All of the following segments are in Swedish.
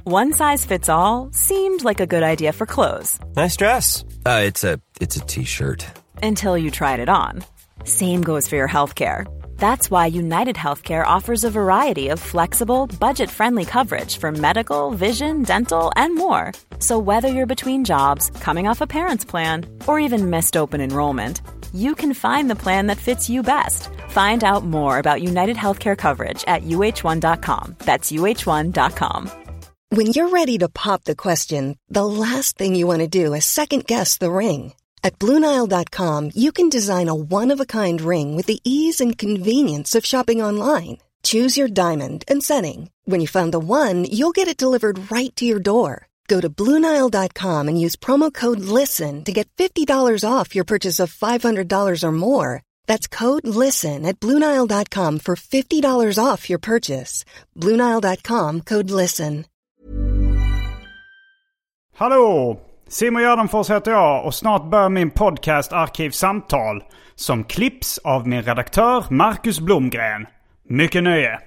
One size fits all seemed like a good idea for clothes. Nice dress. It's a t-shirt. Until you tried it on. Same goes for your healthcare. That's why United Healthcare offers a variety of flexible, budget-friendly coverage for medical, vision, dental, and more. So whether you're between jobs, coming off a parent's plan, or even missed open enrollment, you can find the plan that fits you best. Find out more about United Healthcare coverage at uh1.com. That's uh1.com. When you're ready to pop the question, the last thing you want to do is second-guess the ring. At BlueNile.com, you can design a one-of-a-kind ring with the ease and convenience of shopping online. Choose your diamond and setting. When you find the one, you'll get it delivered right to your door. Go to BlueNile.com and use promo code LISTEN to get $50 off your purchase of $500 or more. That's code LISTEN at BlueNile.com for $50 off your purchase. BlueNile.com, code LISTEN. Hallå! Simon Gärdenfors heter jag och snart börjar min podcast Arkivsamtal som klipps av min redaktör Marcus Blomgren. Mycket nöje!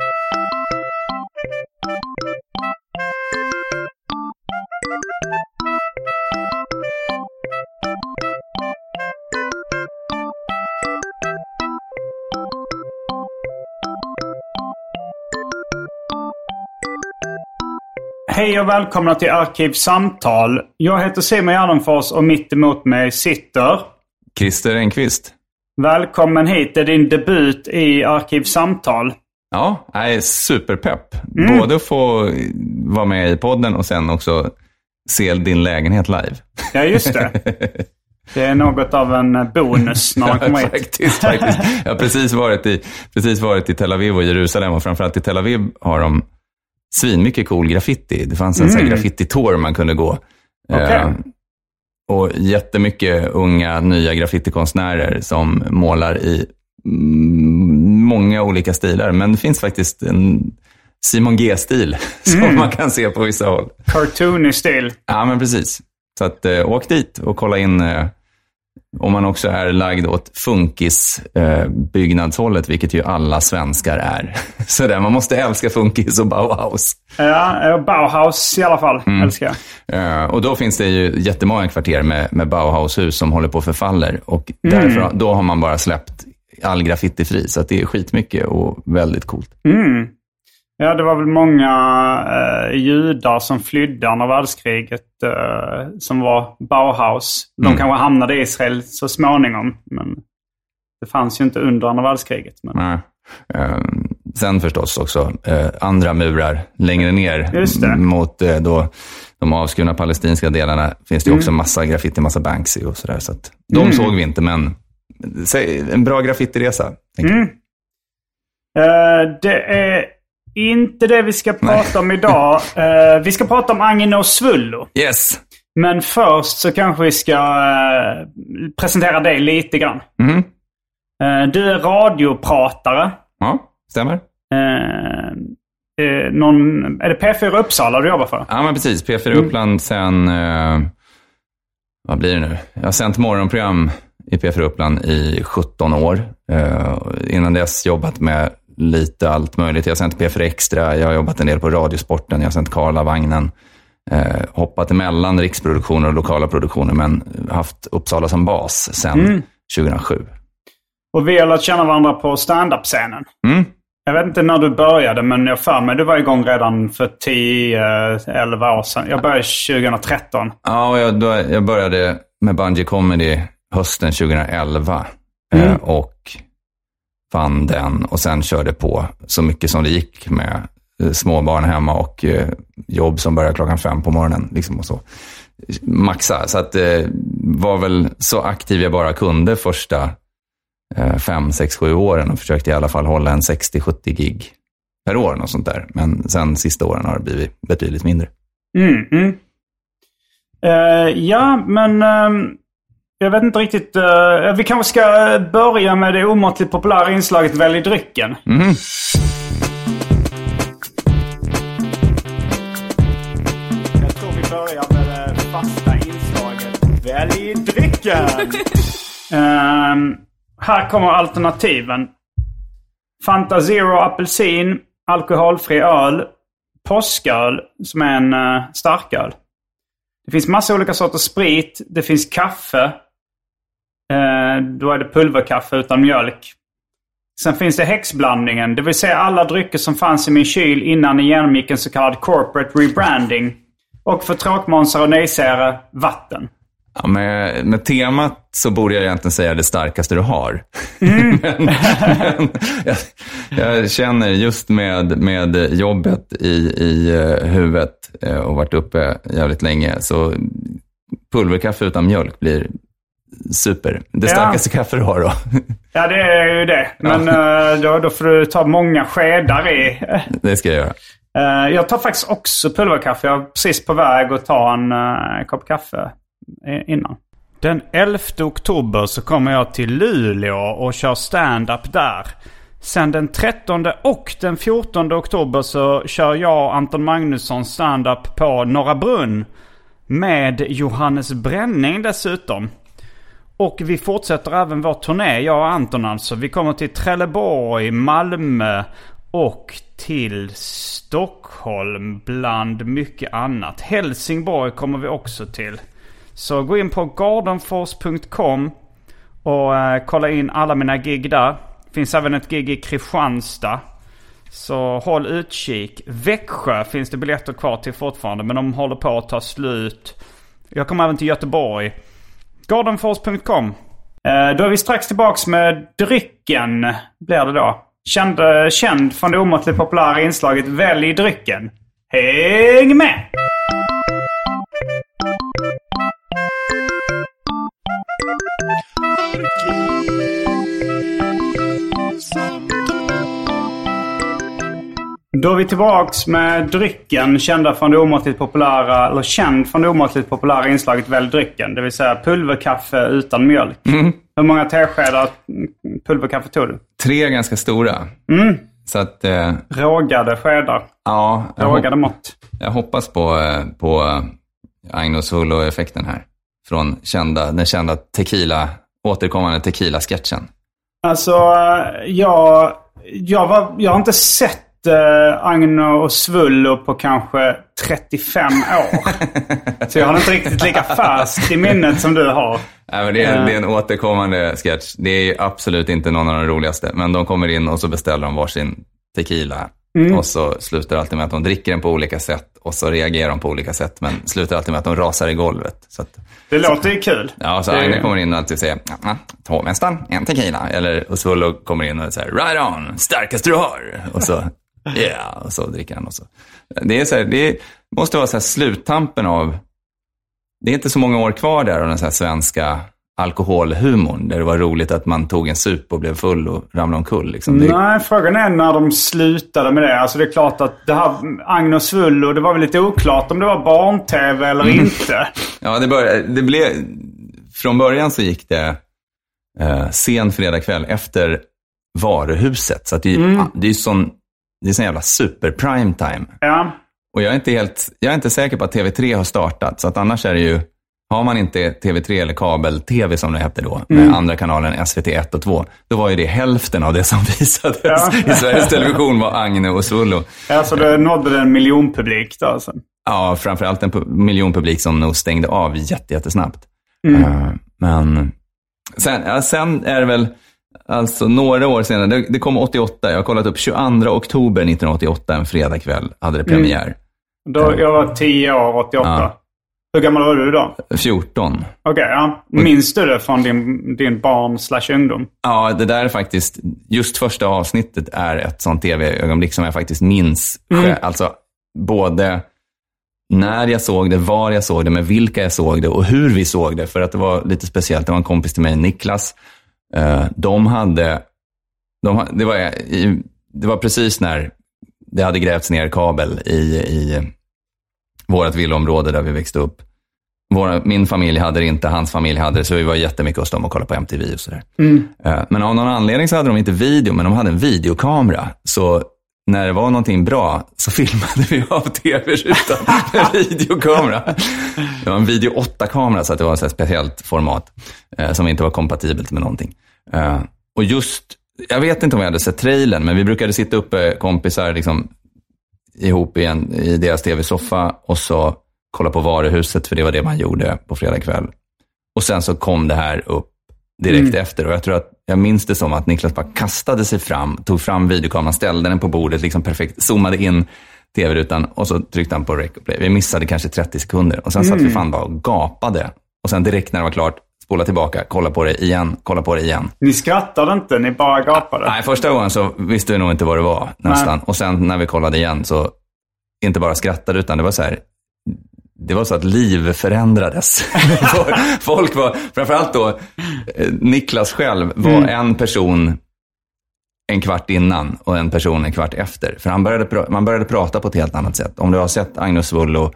Hej och välkomna till Arkivsamtal. Jag heter Simon Gärdenfors och mitt emot mig sitter Christer Enqvist. Välkommen hit. Det är din debut i Arkivsamtal. Ja, jag är superpepp. Både att få vara med i podden och sen också se din lägenhet live. Ja, just det. Det är något av en bonus när man kommer hit. Faktiskt. Jag har precis varit i Tel Aviv och Jerusalem, och framförallt i Tel Aviv har de svinmycket cool graffiti. Det fanns en sån graffiti-tour man kunde gå. Okay. Och jättemycket unga, nya graffitikonstnärer som målar i många olika stilar. Men det finns faktiskt en Simon G-stil som man kan se på vissa håll. Cartoony stil. Ja, men precis. Så att åk dit och kolla in om man också är lagd åt funkis byggnadshållet, vilket ju alla svenskar är. Så där, man måste älska funkis och Bauhaus. Ja, Bauhaus i alla fall, älskar jag. Och då finns det ju jättemånga kvarter med Bauhaushus som håller på att förfaller. Och därför, då har man bara släppt all graffiti fri. Så att det är skitmycket och väldigt coolt. Ja, det var väl många judar som flydde under världskriget som var Bauhaus. De kanske hamnade i Israel så småningom, men det fanns ju inte under andra världskriget. Men... Nej. Sen förstås också andra murar längre ner mot då de avskurna palestinska delarna finns det också massa graffiti, massa Banksy och sådär. Så att de såg vi inte, men en bra graffitiresa. Det är inte det vi ska prata om idag. Vi ska prata om Agno Svullo. Yes. Men först så kanske vi ska presentera dig lite grann. Du är radiopratare. Ja, stämmer. Är det P4 Uppsala du jobbar för? Ja, men precis. P4 Uppland sen... vad blir det nu? Jag har sänt morgonprogram i P4 Uppland i 17 år. Innan dess jobbat med lite allt möjligt. Jag har sänt P4 Extra, jag har jobbat en del på Radiosporten, jag har sänt Karlavagnen. Hoppat emellan riksproduktioner och lokala produktioner, men haft Uppsala som bas sedan 2007. Och vi har lärt känna varandra på stand-up-scenen. Jag vet inte när du började, men jag för mig du var igång redan för 10-11 år sedan. Jag började 2013. Ja, jag började med Bungee Comedy hösten 2011 och fann den och sen körde på så mycket som det gick med småbarn hemma och jobb som började 5:00 på morgonen liksom, och så maxa. Så att var väl så aktiv jag bara kunde första 5, 6, 7 åren och försökte i alla fall hålla en 60-70 gig per år och sånt där. Men sen sista åren har det blivit betydligt mindre. Ja, men jag vet inte riktigt. Vi kanske ska börja med det omåttligt populära inslaget Välj drycken. Jag tror vi börjar med det fasta inslaget Välj drycken. Här kommer alternativen. Fanta Zero apelsin, alkoholfri öl, påsköl som är en starköl. Det finns massa olika sorters sprit. Det finns kaffe. Då är det pulverkaffe utan mjölk. Sen finns det häxblandningen. Det vill säga alla drycker som fanns i min kyl innan jag genomgick en så kallad corporate rebranding. Och för tråkmånsar och nejsägare, vatten. Ja, med temat så borde jag egentligen säga det starkaste du har. men jag känner just med jobbet i huvudet och varit uppe jävligt länge, så pulverkaffe utan mjölk blir super. Det starkaste kaffe du har då. Ja, det är ju det. Men då får du ta många skedar i. Det ska jag göra. Jag tar faktiskt också pulverkaffe. Jag är precis på väg att ta en kopp kaffe innan. Den 11 oktober så kommer jag till Luleå och kör stand-up där. Sen den 13 och den 14 oktober så kör jag och Anton Magnusson stand-up på Norra Brunn. Med Johannes Bränning dessutom. Och vi fortsätter även vår turné, jag och Anton alltså. Vi kommer till Trelleborg, Malmö och till Stockholm bland mycket annat. Helsingborg kommer vi också till. Så gå in på gardenfors.com och kolla in alla mina gig där. Finns även ett gig i Kristianstad. Så håll utkik. Växjö finns det biljetter kvar till fortfarande, men de håller på att ta slut. Jag kommer även till Göteborg. Gardenfors.com. Då är vi strax tillbaks med drycken, blir det då. Känd från det omåttligt populära inslaget Välj drycken. Häng med! Då är vi tillbaks med drycken, känd från det omåttligt populära inslaget Välj drycken. Det vill säga pulverkaffe utan mjölk. Hur många teskedar pulverkaffe tog du? 3 ganska stora. Så att, rågade skedar. Ja. Rågade mått. Jag hoppas på Agnos Hullo-effekten här. Från den kända återkommande tequila-sketchen. Alltså, jag har inte sett Agno och Svullo på kanske 35 år. Så jag har inte riktigt lika fast i minnet som du har. Nej, men det är en återkommande sketch. Det är absolut inte någon av de roligaste. Men de kommer in och så beställer de varsin tequila. Och så slutar alltid med att de dricker den på olika sätt. Och så reagerar de på olika sätt. Men slutar alltid med att de rasar i golvet. Så att, det låter ju kul. Ja, så Agno kommer in och alltid säger hovmästaren, en tequila. Och Svullo kommer in och säger right on, starkaste du har. Och så och så dricker han och så. Det är så här, det måste vara så här sluttampen av. Det är inte så många år kvar där av den så här svenska alkoholhumorn där det var roligt att man tog en sup och blev full och ramlade omkull liksom. Nej, frågan är när de slutade med det. Alltså det är klart att det här Agno Svullo, det var väl lite oklart om det var barn-tv eller inte. Ja, det blev från början så gick det sen fredagkväll efter Varuhuset, så att det är sån jävla super prime time. Ja. Och jag är inte säker på att TV3 har startat. Så att annars är det ju, har man inte TV3 eller kabel-TV som det hette då, med andra kanalen SVT 1 och 2, då var ju det hälften av det som visades i Sveriges Television var Agne och Svullo. Ja, så det nådde en miljonpublik då alltså. Ja, framförallt en miljonpublik som nog stängde av jättesnabbt. Men sen är det väl alltså några år senare, det kom 88, jag har kollat upp 22 oktober 1988, en fredagkväll hade det premiär. Då, jag var 10 år, 88. Ja. Hur gammal var du då? 14. Okej, ja. Minns du det från din barn/ungdom? Ja, det där är faktiskt, just första avsnittet är ett sånt tv-ögonblick som jag faktiskt minns. Alltså, både när jag såg det, var jag såg det, med vilka jag såg det och hur vi såg det. För att det var lite speciellt, det var en kompis till mig, Niklas. Det var precis när det hade grävts ner kabel i vårt villaområde där vi växte upp. Min familj hade det inte, hans familj hade det, så vi var jättemycket hos dem och kollade på MTV och sådär. Men av någon anledning så hade de inte video, men de hade en videokamera. Så när det var någonting bra så filmade vi av tv-rutan med videokamera. Det var en video 8-kamera, så att det var ett speciellt format som inte var kompatibelt med någonting. Och just, jag vet inte om jag hade sett trailern, men vi brukade sitta uppe kompisar liksom ihop i deras tv-soffa och så kolla på Varuhuset, för det var det man gjorde på fredag kväll. Och sen så kom det här upp direkt efter, och jag tror att jag minns det som att Niklas bara kastade sig fram, tog fram videokameran, ställde den på bordet liksom perfekt, zoomade in tv-rutan och så tryckte han på rec och play. Vi missade kanske 30 sekunder och sen satt vi fan bara och gapade. Och sen direkt när det var klart, spola tillbaka, kolla på det igen. Ni skrattade inte, ni bara gapade? Nej, första gången så visste vi nog inte vad det var nästan. Nej. Och sen när vi kollade igen så inte bara skrattade, utan det var så här, det var så att liv förändrades. Folk var, framförallt då Niklas själv var en person en kvart innan och en person en kvart efter. För man började prata på ett helt annat sätt. Om du har sett Agnes Svullo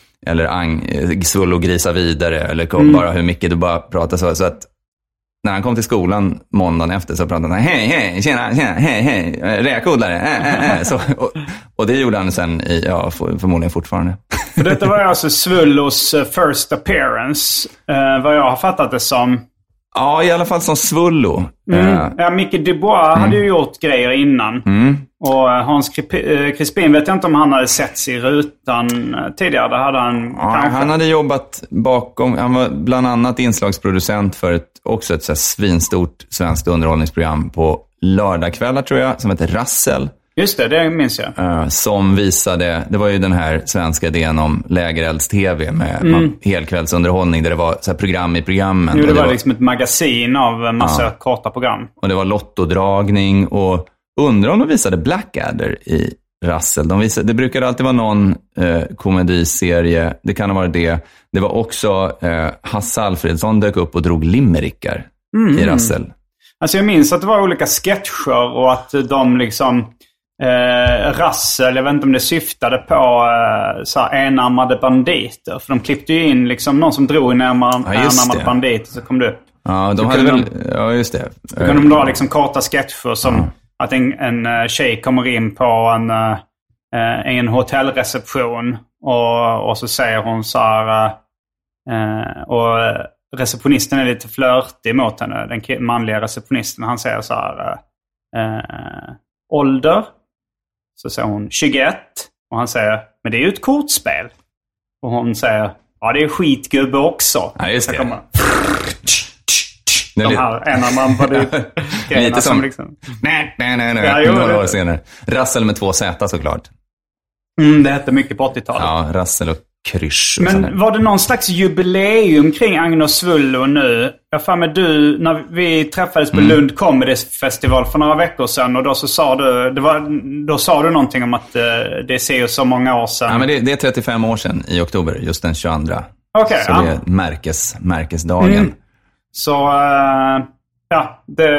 eller Svullo grisa vidare eller bara hur mycket du bara pratar så att när han kom till skolan måndagen efter så pratade han hej, tjena, hej, räkodlare, så, och det gjorde han sen förmodligen fortfarande. För detta var alltså Svullos first appearance, vad jag har fattat det som. Ja, i alla fall som Svullo. Ja, Micke Dubois hade ju gjort grejer innan. Och Hans Crispin vet jag inte om han hade setts i rutan tidigare. Det hade han kanske. Han hade jobbat bakom. Han var bland annat inslagsproducent för ett så här svinstort svenskt underhållningsprogram på lördagskvällar tror jag, som heter Rassel. Just det minns jag. Som visade, det var ju den här svenska idén om lägerelds-tv med helkvällsunderhållning där det var så här program i programmen. Jo, det var liksom ett magasin av en massa korta program. Och det var lottodragning och undrar om de visade Blackadder i Rassel. Det brukade alltid vara någon komediserie, det kan ha varit det. Det var också Hasse Alfredsson dök upp och drog limerickar i Rassel. Alltså jag minns att det var olika sketcher och att de liksom Rassel, jag vet inte om det syftade på så här enarmade banditer. För de klippte ju in liksom någon som drog en enarmade banditer, så kom det upp. Ja, de hade väl, ja just det. Så kunde de dra liksom korta sketcher som att en tjej kommer in på en hotellreception och så säger hon så här och receptionisten är lite flörtig mot henne, den manliga receptionisten. Han säger så här ålder. Så säger hon 21. Och han säger, men det är ju ett kortspel. Och hon säger, ja det är skitgubbe också. Ja just det. De här enarmade banditer. Lite som liksom. Några år senare. Rassel med 2 Z såklart. Det hette mycket på 80-talet. Ja, Rassel och Krysch. Men var det någon slags jubileum kring Agnes Svullo nu? Jag får med du, när vi träffades på Lund Comedy Festival för några veckor sedan, och då så sa du, då sa du någonting om att det ser ju så många år sedan. Ja, men det är 35 år sedan i oktober, just den 22. Okay, så det är märkesdagen. Så ja,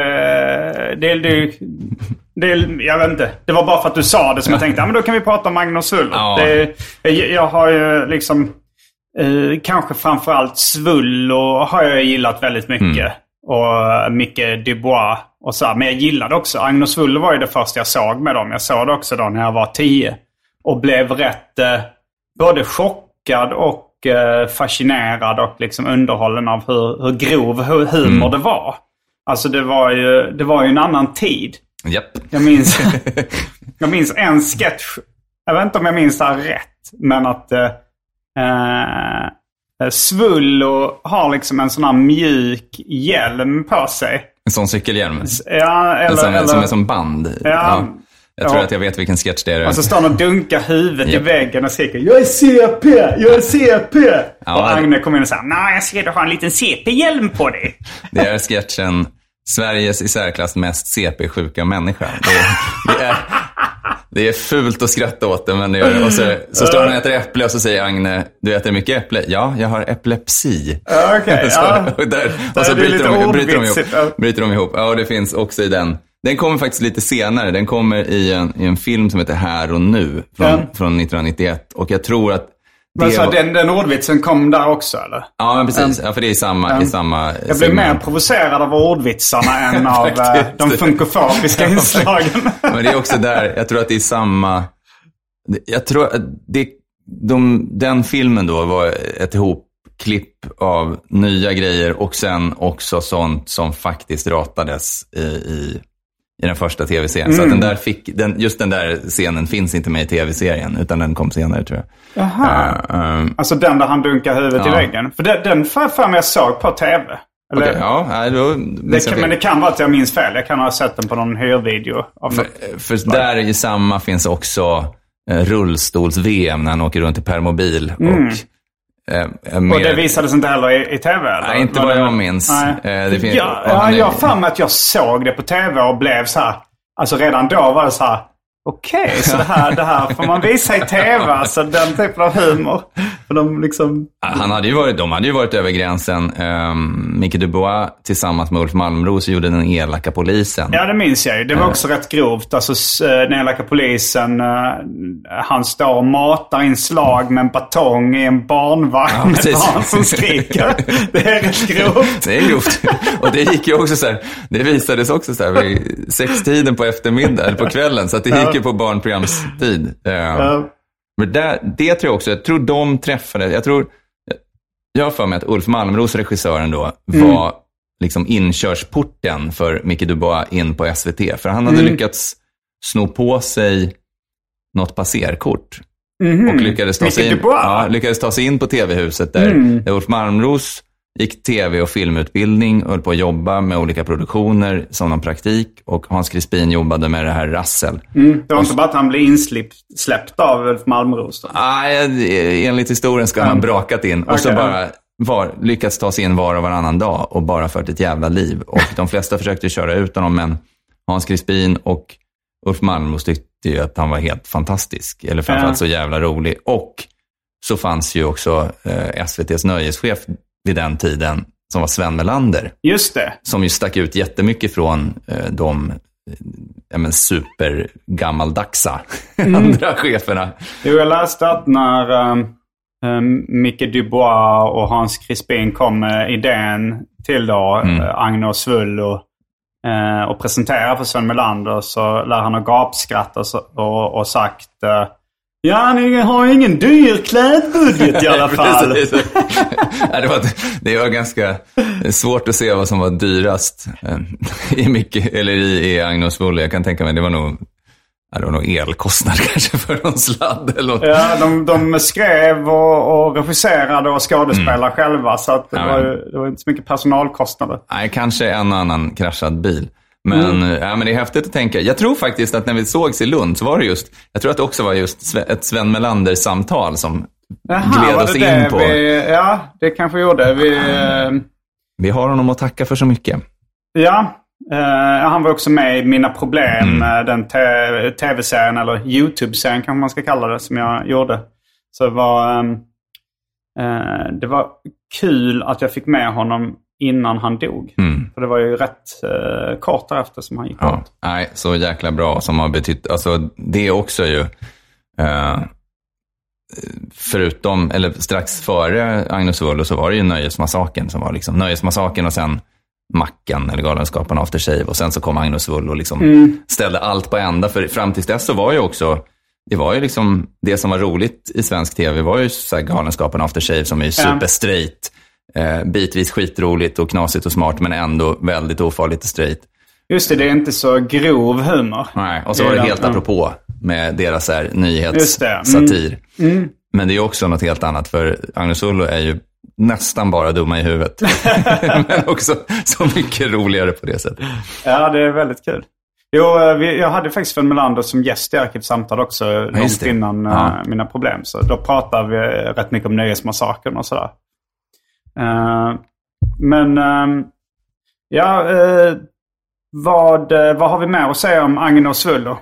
jag vet inte. Det var bara för att du sa det som jag tänkte, ja men då kan vi prata om Agnes Svullo. Ja. Jag har ju liksom kanske framförallt Svullo har jag gillat väldigt mycket. Och Micke Dubois och så här. Men jag gillade också Agnes Svullo, var ju det första jag såg med dem. Jag såg det också då när jag var 10 och blev rätt både chockad och fascinerad och liksom underhållen av hur grov humor det var. Alltså det var ju en annan tid. Japp. Jag minns en sketch. Jag vet inte om jag minns det här rätt, men att Svullo har liksom en sån här mjuk hjälm på sig. En sån cykelhjälm? Ja, eller som är som band. Ja. Jag tror att jag vet vilken sketch det är. Och så står han och dunkar huvudet i väggen och skriker, jag är CP! Ja, och Agne kommer in och säger, nej jag ser att du har en liten CP-hjälm på dig. Det är sketchen Sveriges i särklass mest CP-sjuka människa. Det är fult att skratta åt det, men det är, och så står han och äter äpple och så säger Agne, du äter mycket äpple? Ja, jag har epilepsi. Okay, och så bryter de ihop. Ja, och det finns också i den. Den kommer faktiskt lite senare. Den kommer i en film som heter Här och nu från 1991. Och jag tror att den ordvitsen kom där också, eller? Ja, men precis. Ja, för det är i samma jag blev mer provocerad av ordvitsarna än av de funkofobiska inslagen. Men det är också där, jag tror att det är samma. Jag tror att den filmen då var ett ihopklipp av nya grejer och sen också sånt som faktiskt ratades i i den första tv-serien. Så att just den där scenen finns inte med i tv-serien, utan den kom senare, tror jag. Jaha. Alltså den där han dunkar huvudet i väggen. För den för mig jag såg på tv. Eller? Okay, men det kan vara att jag minns fel. Jag kan ha sett den på någon hyrvideo. För där i samma finns också rullstols-VM när han åker runt i permobil. Och det visades inte heller i tv? Eller? Nej, inte vad jag minns. Jag fann mig att jag såg det på tv och blev så här. Alltså redan då var det så här. Okej, så det här får man visa i tv. Alltså den typen av humor. För de liksom... de hade ju varit över gränsen. Micke Dubois tillsammans med Ulf Malmros gjorde Den elaka polisen. Ja, det minns jag ju. Det var också rätt grovt. Alltså Den elaka polisen, han står och matar in slag med en batong i en barnvagn med barn som skriker. Det är rätt grovt. Det är grovt. Och det gick ju också så här, det visades också så här vid 6-tiden på eftermiddag eller på kvällen, så att det gick ju på barnprogramstid. Men det tror jag också, jag tror de träffade, jag har för mig att Ulf Malmros, regissören då, var liksom inkörsporten för Micke Dubois in på SVT. För han hade lyckats sno på sig något passerkort. Och lyckades ta sig in på TV-huset där Ulf Malmros gick tv- och filmutbildning och höll på att jobba med olika produktioner som någon praktik. Och Hans Crispin jobbade med det här Rassel. Det var inte bara att han blev insläppt av Ulf Malmros då? Nej, enligt historien ska han brakat in. Och så bara lyckats ta sig in var och varannan dag och bara fört ett jävla liv. Och de flesta försökte köra ut honom, men Hans Crispin och Ulf Malmros tyckte ju att han var helt fantastisk. Eller framförallt så jävla rolig. Och så fanns ju också SVT:s nöjeschef vid den tiden, som var Sven Melander. Just det. Som ju stack ut jättemycket från de supergammaldagsa andra cheferna. Jag läste att när Micke Dubois och Hans Crispin kom med idén till då Agne och Svullo och presentera för Sven Melander, så lär han ha gapskrattat och sagt ja, ni har ingen dyr klädbudget i alla fall. Det var ganska svårt att se vad som var dyrast i Agne och Svullo. Jag kan tänka mig, det var nog elkostnad kanske för någon sladd eller något. Ja, de skrev och regisserade och skådespelade själva, så att det var inte så mycket personalkostnader. Nej, kanske en annan kraschad bil. Men, men det är häftigt att tänka. Jag tror faktiskt att när vi sågs i Lund så var det jag tror att det också var just ett Sven Melander-samtal som gled oss in på. Ja, det kanske gjorde. Vi har honom att tacka för så mycket. Ja, han var också med i Mina problem, den tv-serien eller YouTube-serien kanske man ska kalla det, som jag gjorde. Så det var kul att jag fick med honom innan han dog. För det var ju rätt kort därefter som han gick bort. Nej, så jäkla bra som har betytt. Alltså det är också ju förutom, eller strax före Agne och Svullo så var det ju Nöjesmassaken som var liksom Nöjesmassaken och sen Macken eller Galenskaparna After Shave, och sen så kom Agne och Svullo och liksom ställde allt på ända. För fram tills dess så var ju också, det var ju liksom det som var roligt i svensk tv var ju så här Galenskaparna After Shave som är super straight. Bitvis skitroligt och knasigt och smart, men ändå väldigt ofarligt och straight. Just det är inte så grov humor. Nej, och så var det helt apropå med deras här nyhetssatir. Men det är också något helt annat, för Agne och Svullo är ju nästan bara dumma i huvudet. Men också så mycket roligare på det sättet. Ja, det är väldigt kul. Jo, jag hade faktiskt Sven Melander som gäst i Arkivsamtal också långt innan Mina problem. Så då pratade vi rätt mycket om Nöjesmassakern och sådär. Vad har vi med att säga om Agne och Svullo?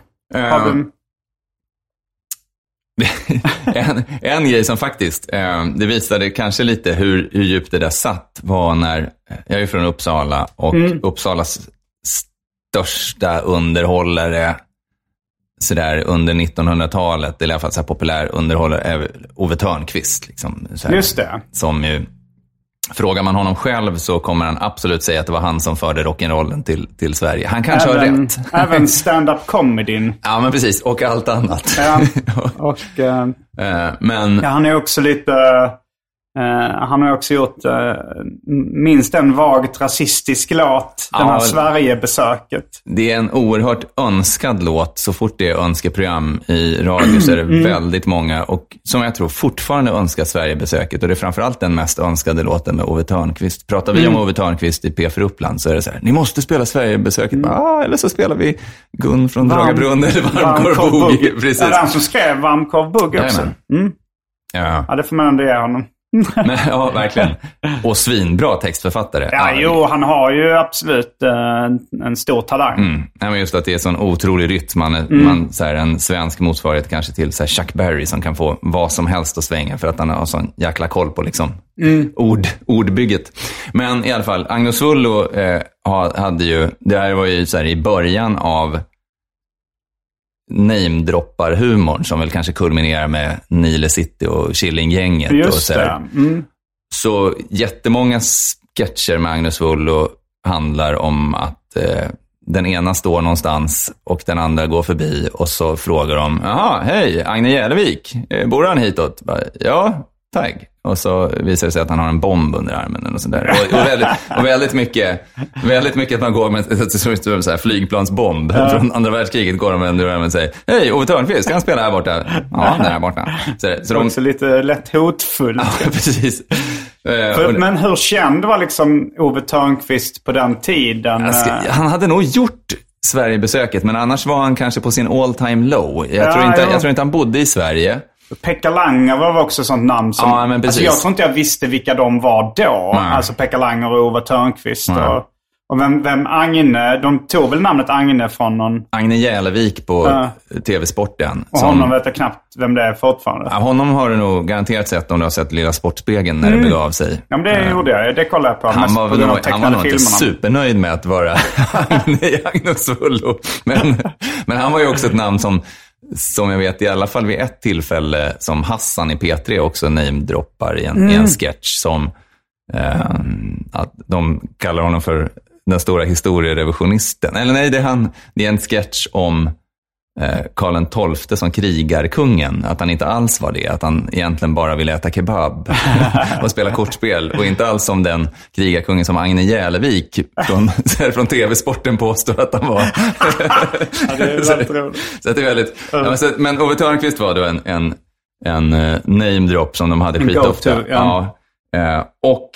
En grej som faktiskt det visade kanske lite hur djupt det där satt var när jag är från Uppsala och Uppsalas största underhållare så där under 1900-talet, eller i alla fall så här populär underhållare, är Ove Thörnqvist liksom, så här, just det. Som ju, frågar man honom själv så kommer han absolut säga att det var han som förde rock'n'rollen till Sverige. Han kanske har rätt. Även stand-up comedyn. Ja, men precis. Och allt annat. Ja, och, men... ja, han är också lite... Han har också gjort minst en vagt rasistisk låt. Den här Sverigebesöket. Det är en oerhört önskad låt. Så fort det är önskeprogram i radio så är det väldigt många. Och som jag tror fortfarande önskar Sverigebesöket. Och det är framförallt den mest önskade låten med Ove Thörnqvist. Pratar vi om Ove Thörnqvist i P4 Uppland så är det så här: ni måste spela Sverigebesöket. Eller så spelar vi Gun från Dragabrunn eller Varmkorv Boogie. Precis. Det är han som skrev Varmkorv Boogie också. Ja, det får man ändå ge honom. Men, ja, verkligen. Och svinbra textförfattare. Ja, han har ju absolut en stor talang. Ja, men just att det är sån otrolig rytm. Man så här, en svensk motsvarighet kanske till så här Chuck Berry som kan få vad som helst att svänga för att han har sån jäkla koll på liksom ordbygget. Men i alla fall, Agnes Vullo hade ju, det här var ju så här i början av namedroppar-humorn som väl kanske kulminerar med Nile City och Killinggänget. Just och det. Så jättemånga sketcher med Agnes Vullo handlar om att den ena står någonstans och den andra går förbi och så frågar de: jaha, hej, Agne Jälevik, bor han hitåt? Ja, tack. Och så visar det sig att han har en bomb under armen och sådär. Och väldigt mycket att man går med en så här flygplansbomb från andra världskriget, går de under armen och säger: hej, Ove Thörnqvist, kan han spela här borta? Ja, där borta. Så de också lite lätt hotfull. Ja, precis. Men hur känd var liksom Ove Thörnqvist på den tiden? Han hade nog gjort Sverigebesöket, men annars var han kanske på sin all time low. Jag tror inte han bodde i Sverige. Pekka Langer var också ett sånt namn som... Ja, men precis. Alltså jag tror inte jag visste vilka de var då. Nej. Alltså Pekka Langer och Ove Thörnqvist. Och vem Agne... De tog väl namnet Agne från någon... Agne Jälevik på TV-sporten. Och honom vet jag knappt vem det är fortfarande. Ja, honom har du nog garanterat sett om du har sett Lilla Sportspegeln när det begav sig. Ja, men det gjorde jag. Det kollade jag på. Han var nog inte supernöjd med att vara Agnes Vullo. Men han var ju också ett namn som jag vet i alla fall vid ett tillfälle som Hassan i P3 också namedroppar i en sketch som att de kallar honom för den stora historierevisionisten. Eller nej, det är en sketch om Karl XII som krigarkungen, att han inte alls var det, att han egentligen bara ville äta kebab och spela kortspel, och inte alls som den krigarkungen som Agne Jälevik från TV-sporten påstår att han var. Ja, det är väldigt roligt. Så det är väldigt, men Ove Thörnqvist var då en name drop som de hade skitofta. Ja. Och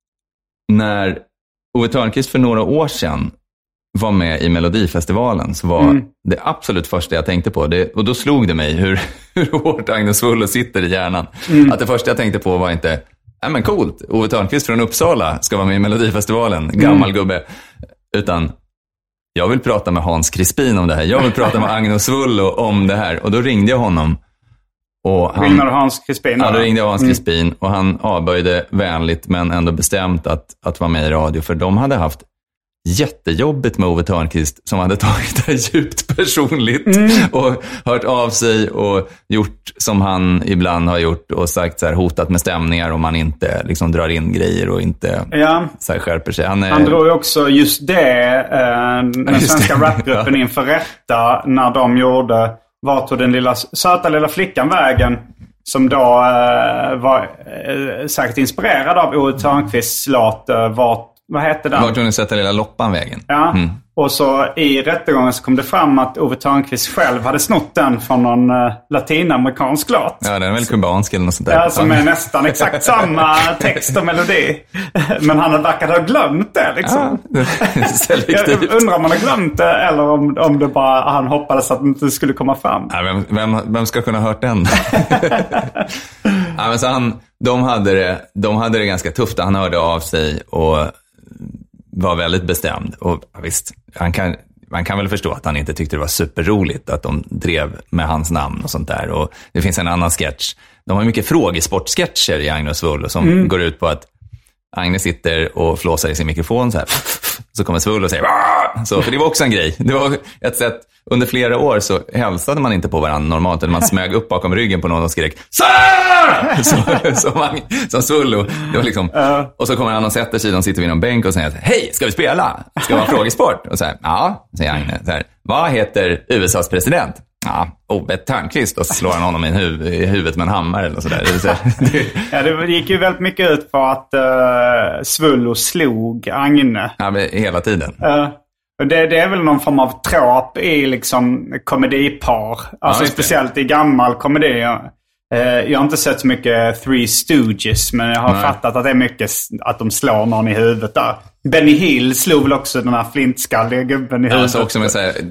när Ove Thörnqvist för några år sedan var med i Melodifestivalen så var det absolut första jag tänkte på det, och då slog det mig hur hårt Agnes Vullo sitter i hjärnan. Att det första jag tänkte på var inte: men coolt, Ove Thörnqvist från Uppsala ska vara med i Melodifestivalen, gammal gubbe, utan jag vill prata med Hans Crispin om det här, jag vill prata med Agnes Vullo om det här. Och då ringde jag honom. Ringde Hans Crispin? Ja, då ringde jag Hans Crispin, och han avböjde vänligt men ändå bestämt att vara med i radio, för de hade haft jättejobbigt med Ove Thörnqvist som hade tagit det djupt personligt och hört av sig och gjort som han ibland har gjort och sagt så här, hotat med stämningar om man inte liksom drar in grejer och inte så här skärper sig. Han drog ju också just den svenska rapgruppen inför rätta när de gjorde Vart tog den söta lilla flickan vägen, som då var säkert inspirerad av Ove Thörnqvists låt vad hette den? Vart tog den söta lilla loppan vägen? Ja, och så i rättegången så kom det fram att Ove Thörnqvist själv hade snott den från någon latinamerikansk låt. Ja, den är väl kubansk eller något sånt där. Ja, som är nästan exakt samma text och melodi. Men han verkar ha glömt det liksom. Ja, selektivt. Jag undrar om han har glömt det eller om det bara han hoppades att det inte skulle komma fram. Ja, vem ska kunna ha hört den? Ja, men så de hade det ganska tufft. Han hörde av sig och var väldigt bestämd. Och visst, man kan väl förstå att han inte tyckte det var superroligt att de drev med hans namn och sånt där. Och det finns en annan sketch. De har mycket frågesportsketcher i Agnes Vullo som går ut på att Agnes sitter och flåsar i sin mikrofon så här. Så kommer Svullo och säger så, för det var också en grej. Det var ett sätt, under flera år så hälsade man inte på varandra normalt, eller man smög upp bakom ryggen på någon och skrek som Svullo. Det var liksom, och så kommer han och sätter sig, de sitter vid någon bänk och säger: hej, ska vi spela? Ska vi ha frågesport? Och så här, ja, säger Agne. Så här, vad heter USAs president? Ja, Ove Törnqvist och så slår han honom i huvudet med en hammare eller sådär. Ja, det gick ju väldigt mycket ut på att Svullo slog Agne. Ja, hela tiden. Och det är väl någon form av trop i liksom komedipar. Alltså speciellt i gammal komedi. Jag har inte sett så mycket Three Stooges, men jag har fattat att det är mycket att de slår någon i huvudet där. Benny Hill slog väl också den här flintskalliga gubben i huvudet. Så också med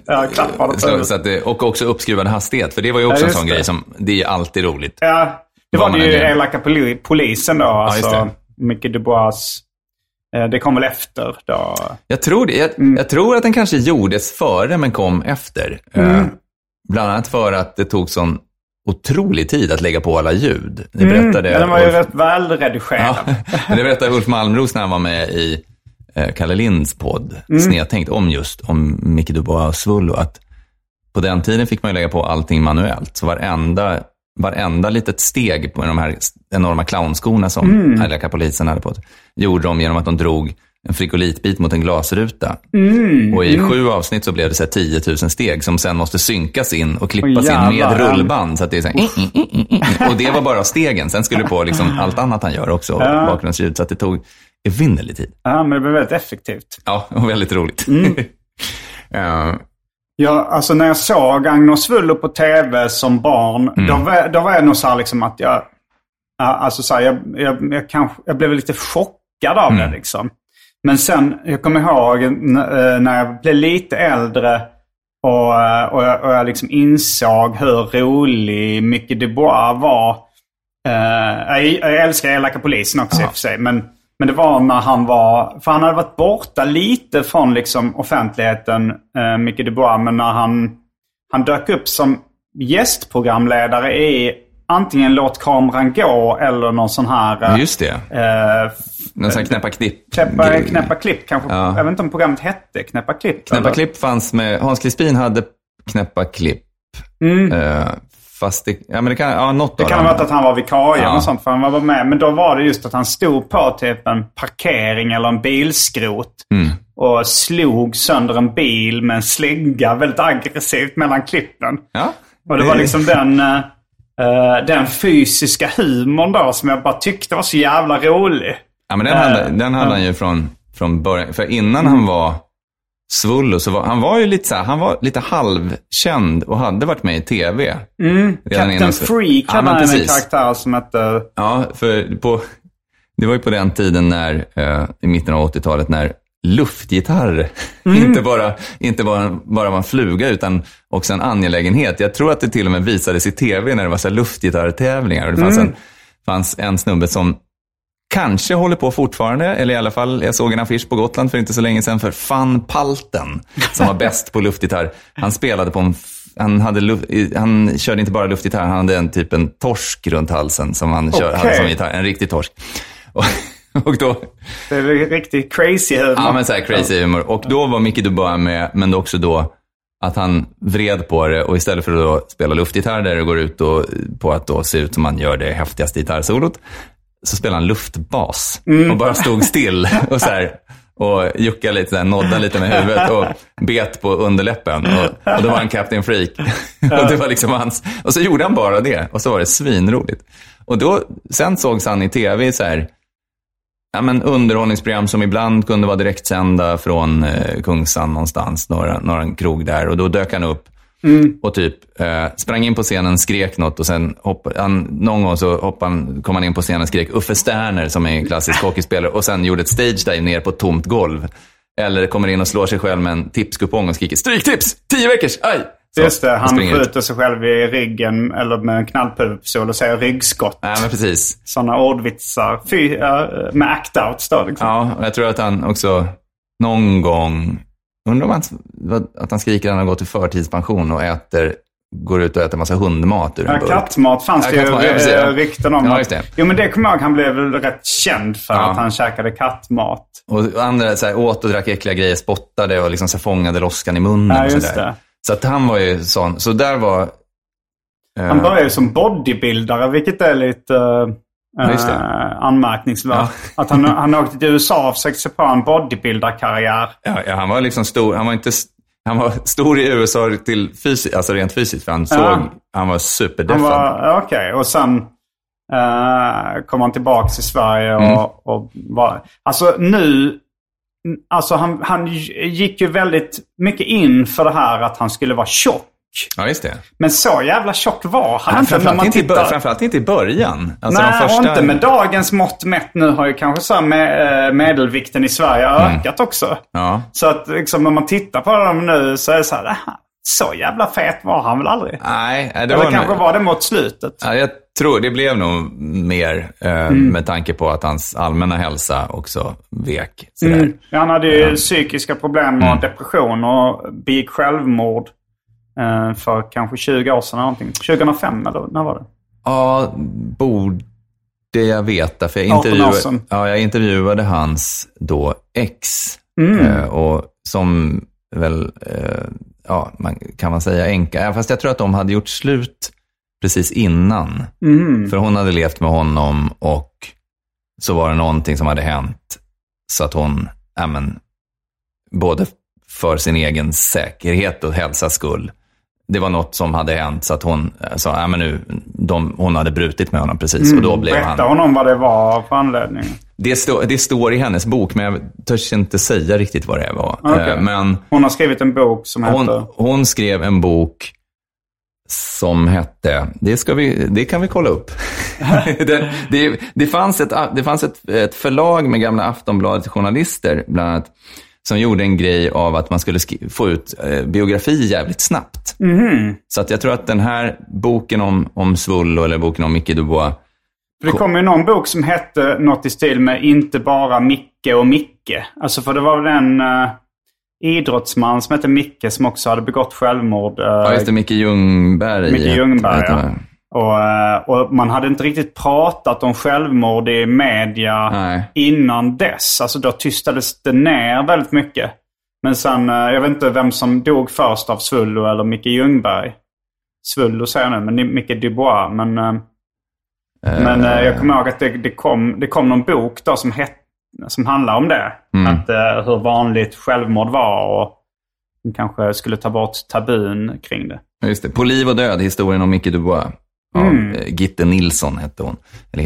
och också uppskruvad hastighet, för det var ju också en sån grej som, det är alltid roligt. Ja, det var ju elaka polisen då, alltså Mickey Dubois. Det kom väl efter då? Jag tror det. Jag tror att den kanske gjordes före men kom efter. Bland annat för att det tog sån otrolig tid att lägga på alla ljud. Det berättade den var ju rätt välredigerad. Ja, det berättade Ulf Malmros när han var med i Kalle Linds podd. Snedtänkt om Mickey Dubois och Svullo. Att på den tiden fick man ju lägga på allting manuellt. Så varenda litet steg på de här enorma clownskorna som Elaka polisen hade på, gjorde de genom att de drog en frigolitbit mot en glasruta. Och i 7 avsnitt så blev det så här 10 000 steg som sen måste synkas in och klippas in med rullband. Så att det är så här, och det var bara stegen. Sen skulle det på liksom allt annat han gör också, bakgrundsljud. Så att det tog evinnerlig tid. Ja, men det blev väldigt effektivt. Ja, och väldigt roligt. Ja, alltså när jag såg Agne och Svullo på tv som barn, då var jag nog så här liksom att jag blev lite chockad av det liksom. Men sen, jag kommer ihåg när jag blev lite äldre och jag liksom insåg hur rolig Mickey Dubois var. Jag älskar Elaka polisen också i och för sig, men det var när han var... För han hade varit borta lite från liksom offentligheten, Mickey Dubois, men när han dök upp som gästprogramledare i antingen Låt kameran gå eller någon sån här... Just det. Någon sån Knäppa klipp. Knäppa klipp kanske. Ja. Jag vet inte om programmet hette Knäppa klipp. Knäppa klipp fanns med... Hans Crispin hade Knäppa klipp. Fast det kan... något det kan ha varit att han var vikarie och sånt, för han var med. Men då var det just att han stod på typ en parkering eller en bilskrot och slog sönder en bil med en slägga väldigt aggressivt mellan klippen. Ja. Och det var liksom den fysiska humorn då som jag bara tyckte var så jävla rolig. Ja, men den hade han ju från början. För innan han var Svullo så var han var ju lite så här, han var lite halvkänd och hade varit med i tv. Captain Freak hade han en karaktär som hette... Ja, för det var ju på den tiden när i mitten av 80-talet när luftgitarr inte bara var en fluga utan också en angelägenhet. Jag tror att det till och med visades i tv när det var så här luftgitarrtävlingar, och det fanns en snubbe som kanske håller på fortfarande, eller i alla fall jag såg en affisch på Gotland för inte så länge sedan för Van Palten som var bäst på luftgitarr. Han spelade på han körde inte bara luftgitarr, han hade en torsk runt halsen som han hade som gitarr, en riktig torsk. Och då... Det är riktigt crazy humor. Ja, men så här crazy humor. Och då var Mickey Dubois med, men också då att han vred på det och istället för att då spela luftgitarr där det går ut på att då se ut som man gör det häftigaste gitarrsolot, så spelade han luftbas och bara stod still och så här och juckade lite där, noddade lite med huvudet och bet på underläppen och då var han Captain Freak. Och det var liksom hans, och så gjorde han bara det och så var det svinroligt. Och då sen sågs han i tv så här, ja, men underhållningsprogram som ibland kunde vara direktsända från Kungsan någonstans, några krog där, och då dök han upp och typ sprang in på scenen, skrek något och sen någon gång så kom han in på scenen och skrek Uffe Sterner som är en klassisk hockeyspelare och sen gjorde ett stage dive ner på ett tomt golv. Eller kommer in och slår sig själv med en tipskupong och skriker stryktips, 10 veckors, aj! Så, just det, han skjuter sig själv i ryggen eller med en knallpulverpistol och säger ryggskott. Ja, men precis. Sådana ordvitsar med act-outs då liksom. Ja, och jag tror att han också någon gång, undrar om att han skriker att han har gått i förtidspension och går ut och äter massa hundmat ur en burk. Kattmat fanns det ju rykten om. Ja, just det. Jo, men det kommer jag ihåg, han blev väl rätt känd för att han käkade kattmat. Och andra så här, åt och drack äckliga grejer, spottade och liksom så fångade loskan i munnen. Ja, och just där. Det. Så att han var ju sån. Så där var... Han började ju som bodybuildare, vilket är lite anmärkningsvärt. Ja. Att han åkte till USA och försökte sig på en bodybuildarkarriär. Ja, han var liksom stor. Han var inte... Han var stor i USA till alltså rent fysiskt, för han var superdeffad. Okej. Och sen kom han tillbaka till Sverige och var... Alltså nu... Alltså han gick ju väldigt mycket in för det här att han skulle vara tjock. Ja, just det. Men så jävla tjock var han inte. Framförallt inte i början. Alltså nej, de första... inte med dagens mått mätt. Nu har ju kanske så här medelvikten i Sverige ökat också. Ja. Så att liksom, när man tittar på dem nu så är det så här... Så jävla fet var han väl aldrig? Nej, det var kanske var det mot slutet. Ja, jag tror det blev nog mer med tanke på att hans allmänna hälsa också vek. Han hade ju psykiska problem och depression och begick självmord för kanske 20 år sedan någonting. 2005 eller när var det? Ja, borde jag veta. För jag intervjuade hans då ex. Och som väl... kan man säga änka. Fast jag tror att de hade gjort slut precis innan. För hon hade levt med honom och så var det någonting som hade hänt så att hon, både för sin egen säkerhet och hälsas skull, det var något som hade hänt så att hon sa, hon hade brutit med honom precis och då blev han... Berätta honom vad det var för anledning. Det står i hennes bok, men jag törs inte säga riktigt vad det var. Okay. Men hon har skrivit en bok som heter... Hon skrev en bok som hette... Det kan vi kolla upp. det fanns ett förlag med gamla Aftonbladet-journalister, bland annat, som gjorde en grej av att man skulle få ut biografi jävligt snabbt. Så att jag tror att den här boken om Svullo eller boken om Micke Dubois... Det kom ju någon bok som hette något i stil med inte bara Micke och Micke. Alltså för det var väl en idrottsman som hette Micke som också hade begått självmord. Ja, just det, Micke Ljungberg. Micke Ljungberg, ja. Och man hade inte riktigt pratat om självmord i media innan dess. Alltså då tystades det ner väldigt mycket. Men sen, jag vet inte vem som dog först av Svullo eller Micke Ljungberg. Svullo säger jag nu, men Micke Dubois. Men jag kommer ihåg att det kom någon bok då som handlar om det. Att hur vanligt självmord var och kanske skulle ta bort tabun kring det. Just det, På liv och död, historien om Micke Dubois. Gitte Nilsson heter hon.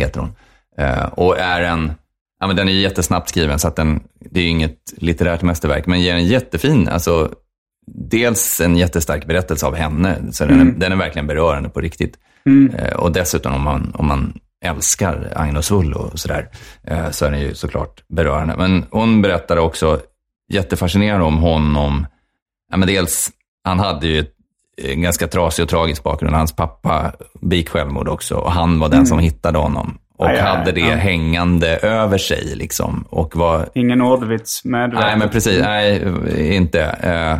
Och är den är jättesnabbt skriven så att det är inget litterärt mästerverk, men ger en jättefin, alltså dels en jättestark berättelse av henne, så den är verkligen berörande på riktigt. Och dessutom om man älskar Agnes Svullo och sådär, så är den ju såklart berörande. Men hon berättade också jättefascinerande om honom. Dels, han hade ju en ganska trasig och tragisk bakgrund. Hans pappa begick självmord också, och han var den som hittade honom. Och hade det hängande över sig liksom. Och var... Ingen ordvits med det. Nej, men precis. Nej, inte.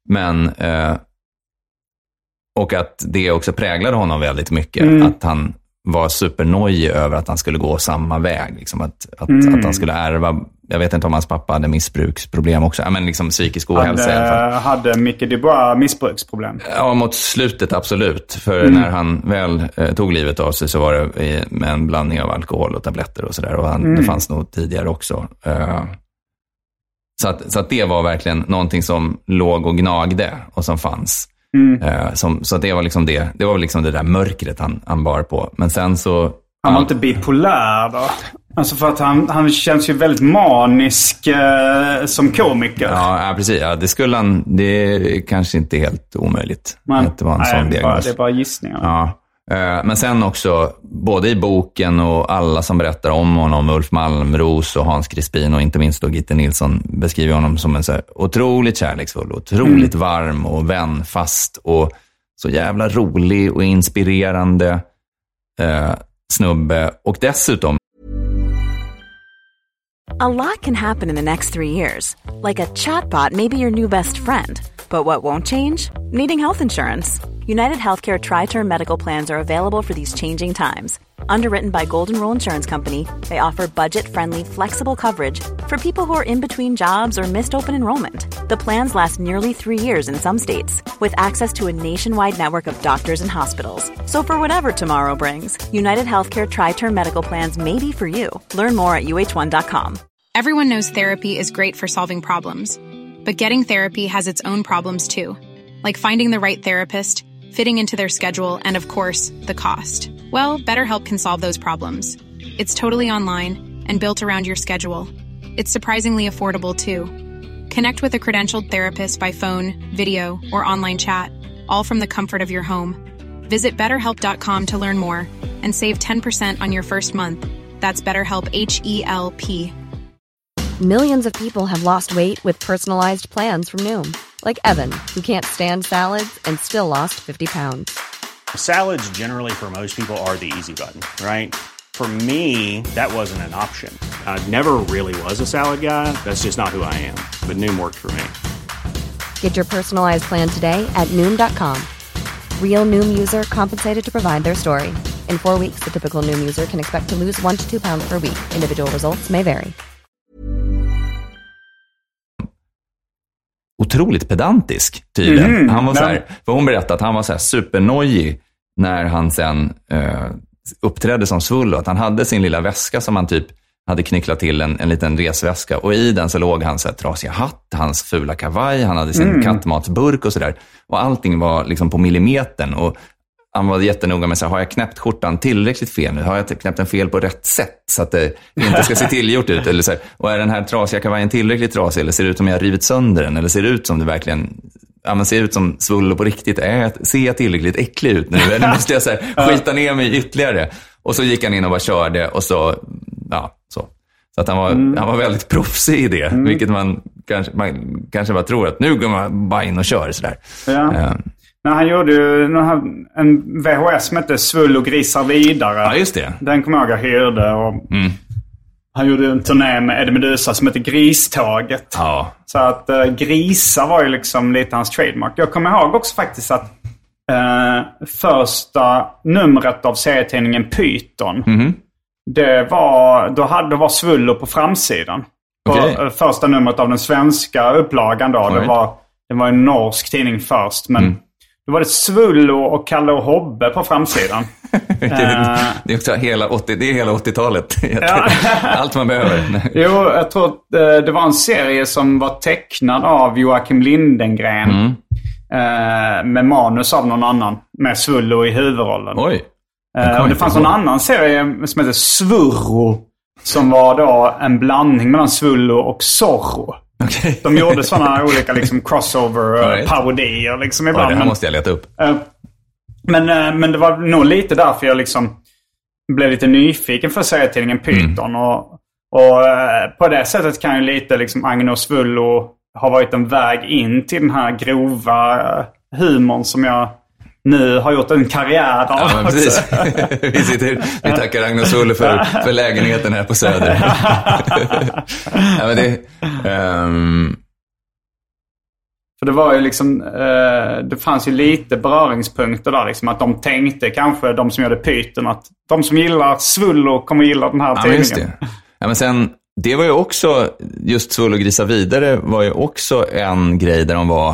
Och att det också präglade honom väldigt mycket. Att han var supernojig över att han skulle gå samma väg. Liksom. Att han skulle ärva... Jag vet inte om hans pappa hade missbruksproblem också. Men liksom psykisk ohälsa i alla fall. Hade Micke Dubois missbruksproblem? Ja, mot slutet absolut. För när han väl tog livet av sig så var det med en blandning av alkohol och tabletter och sådär. Och det fanns nog tidigare också. Så att det var verkligen någonting som låg och gnagde och som fanns. Så det var liksom det var liksom det där mörkret han bar på. Men sen så... Han var inte bipolär då? Alltså för att han känns ju väldigt manisk som komiker. Ja, precis. Ja, det är kanske inte helt omöjligt. Att det var en sån diagnos. Det är bara gissningar. Ja. Men sen också, både i boken och alla som berättar om honom, Ulf Malmros och Hans Crispin och inte minst då Gitte Nilsson, beskriver honom som en så här otroligt kärleksfull, otroligt varm och vänfast och så jävla rolig och inspirerande snubbe. Och dessutom... A lot can happen in the next 3 years. Like a chatbot may be your new best friend. But what won't change? Needing health insurance. United Healthcare Tri-Term Medical Plans are available for these changing times. Underwritten by Golden Rule Insurance Company, they offer budget-friendly, flexible coverage for people who are in between jobs or missed open enrollment. The plans last nearly 3 years in some states, with access to a nationwide network of doctors and hospitals. So for whatever tomorrow brings, United Healthcare Tri-Term Medical Plans may be for you. Learn more at uh1.com. Everyone knows therapy is great for solving problems. But getting therapy has its own problems too, like finding the right therapist, fitting into their schedule, and of course, the cost. Well, BetterHelp can solve those problems. It's totally online and built around your schedule. It's surprisingly affordable too. Connect with a credentialed therapist by phone, video, or online chat, all from the comfort of your home. Visit BetterHelp.com to learn more and save 10% on your first month. That's BetterHelp, H-E-L-P. Millions of people have lost weight with personalized plans from Noom. Like Evan, who can't stand salads and still lost 50 pounds. Salads generally for most people are the easy button, right? For me, that wasn't an option. I never really was a salad guy. That's just not who I am. But Noom worked for me. Get your personalized plan today at Noom.com. Real Noom user compensated to provide their story. In 4 weeks, the typical Noom user can expect to lose 1 to 2 pounds per week. Individual results may vary. Otroligt pedantisk, tydligen. Han var så här, för hon berättade att han var så här supernojig när han sen uppträdde som Svullo. Att han hade sin lilla väska som han typ hade knicklat till en liten resväska. Och i den så låg hans trasiga hatt, hans fula kavaj, han hade sin kattmatsburk och sådär. Och allting var liksom på millimetern. Och han var jättenoga med så här, har jag knäppt skjortan tillräckligt fel nu? Har jag knäppt den fel på rätt sätt så att det inte ska se tillgjort ut? Eller så här, och är den här trasiga kavajen tillräckligt trasig? Eller ser det ut som jag har rivit sönder den? Eller ser det ut som det verkligen... Ja, men ser ut som Svullo på riktigt? Ser jag tillräckligt äcklig ut nu? Eller måste jag så här, skita ner mig ytterligare? Och så gick han in och bara körde och så... Ja, så. Så att han var väldigt proffsig i det. Vilket man kanske bara tror att nu går man bara in och kör sådär. Ja. Men han gjorde ju en VHS som hette Svullo grisar vidare. Ja, just det. Den kommer jag hyrde. Och han gjorde en turné med Eddie Meduza som heter Griståget. Ja. Så att grisar var ju liksom lite hans trademark. Jag kommer ihåg också faktiskt att första numret av serietidningen Python. Det var Svullo på framsidan. Okay. Första numret av den svenska upplagan då. Det var en norsk tidning först. Men då var det Svullo och Kalle och Hobbe på framsidan. Det är också hela 80-talet. Allt man behöver. Jo, jag tror att det var en serie som var tecknad av Joakim Lindengren. Med manus av någon annan. Med Svullo i huvudrollen. Oj. Och det fanns en annan serie som heter Svurro. Som var då en blandning mellan Svullo och Zorro. Okay. De gjorde sådana olika liksom crossover-parodier liksom ibland. Det här måste jag leta upp. Men det var nog lite därför jag liksom blev lite nyfiken för serietidningen Python. Och på det sättet kan ju lite liksom Agne och Svullo ha varit en väg in till den här grova humorn som jag nu har gjort en karriär av. Ja, men precis. Vi tackar Agne och Svullo för lägenheten här på Söder. Ja, men För det var ju liksom det fanns ju lite beröringspunkter där liksom, att de tänkte kanske, de som gjorde Python, att de som gillar Svullo kommer gilla den här tidningen. Just det. Ja, men sen det var ju också just Svullo grisa vidare var ju också en grej där de var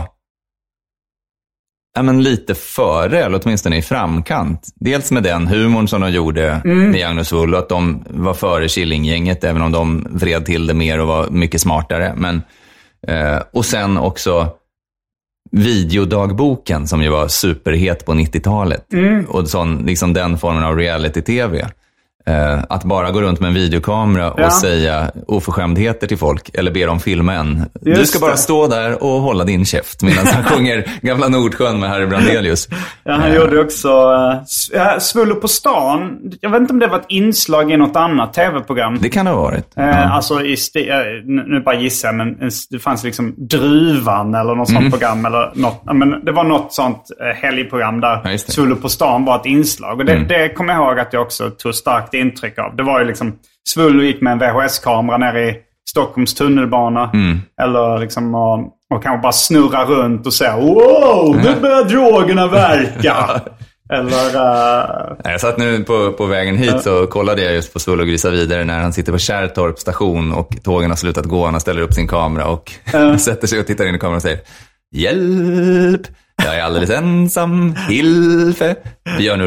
lite före, eller åtminstone i framkant. Dels med den humorn som de gjorde med Agne och Svullo, att de var före Killinggänget, även om de vred till det mer och var mycket smartare. Men, och sen också videodagboken som ju var superhet på 90-talet. Och sån, liksom den formen av reality-tv. Att bara gå runt med en videokamera och säga oförskämdheter till folk eller be dem filma en. Du ska bara stå där och hålla din käft medan han sjunger Gamla Nordsjön med Harry Brandelius. Ja, han gjorde också Svullo på stan. Jag vet inte om det var ett inslag i något annat tv-program. Det kan det ha varit. Alltså nu bara gissar jag, men det fanns liksom Druvan eller något sånt program eller något, men det var något sånt helgprogram där Svullo på stan var ett inslag. Och det kommer jag ihåg att jag också tog starkt intryck av. Det var ju liksom Svullo gick med en VHS-kamera ner i Stockholms tunnelbana eller liksom och kanske bara snurra runt och säga wow, nu börjar drogerna verka. Eller jag satt nu på vägen hit så kollade jag just på Svullo grisa vidare när han sitter på Kärrtorp station och tågen har slutat gå. Han ställer upp sin kamera och sätter sig och tittar in i kameran och säger hjälp, jag är alldeles ensam, Hilfe, Björn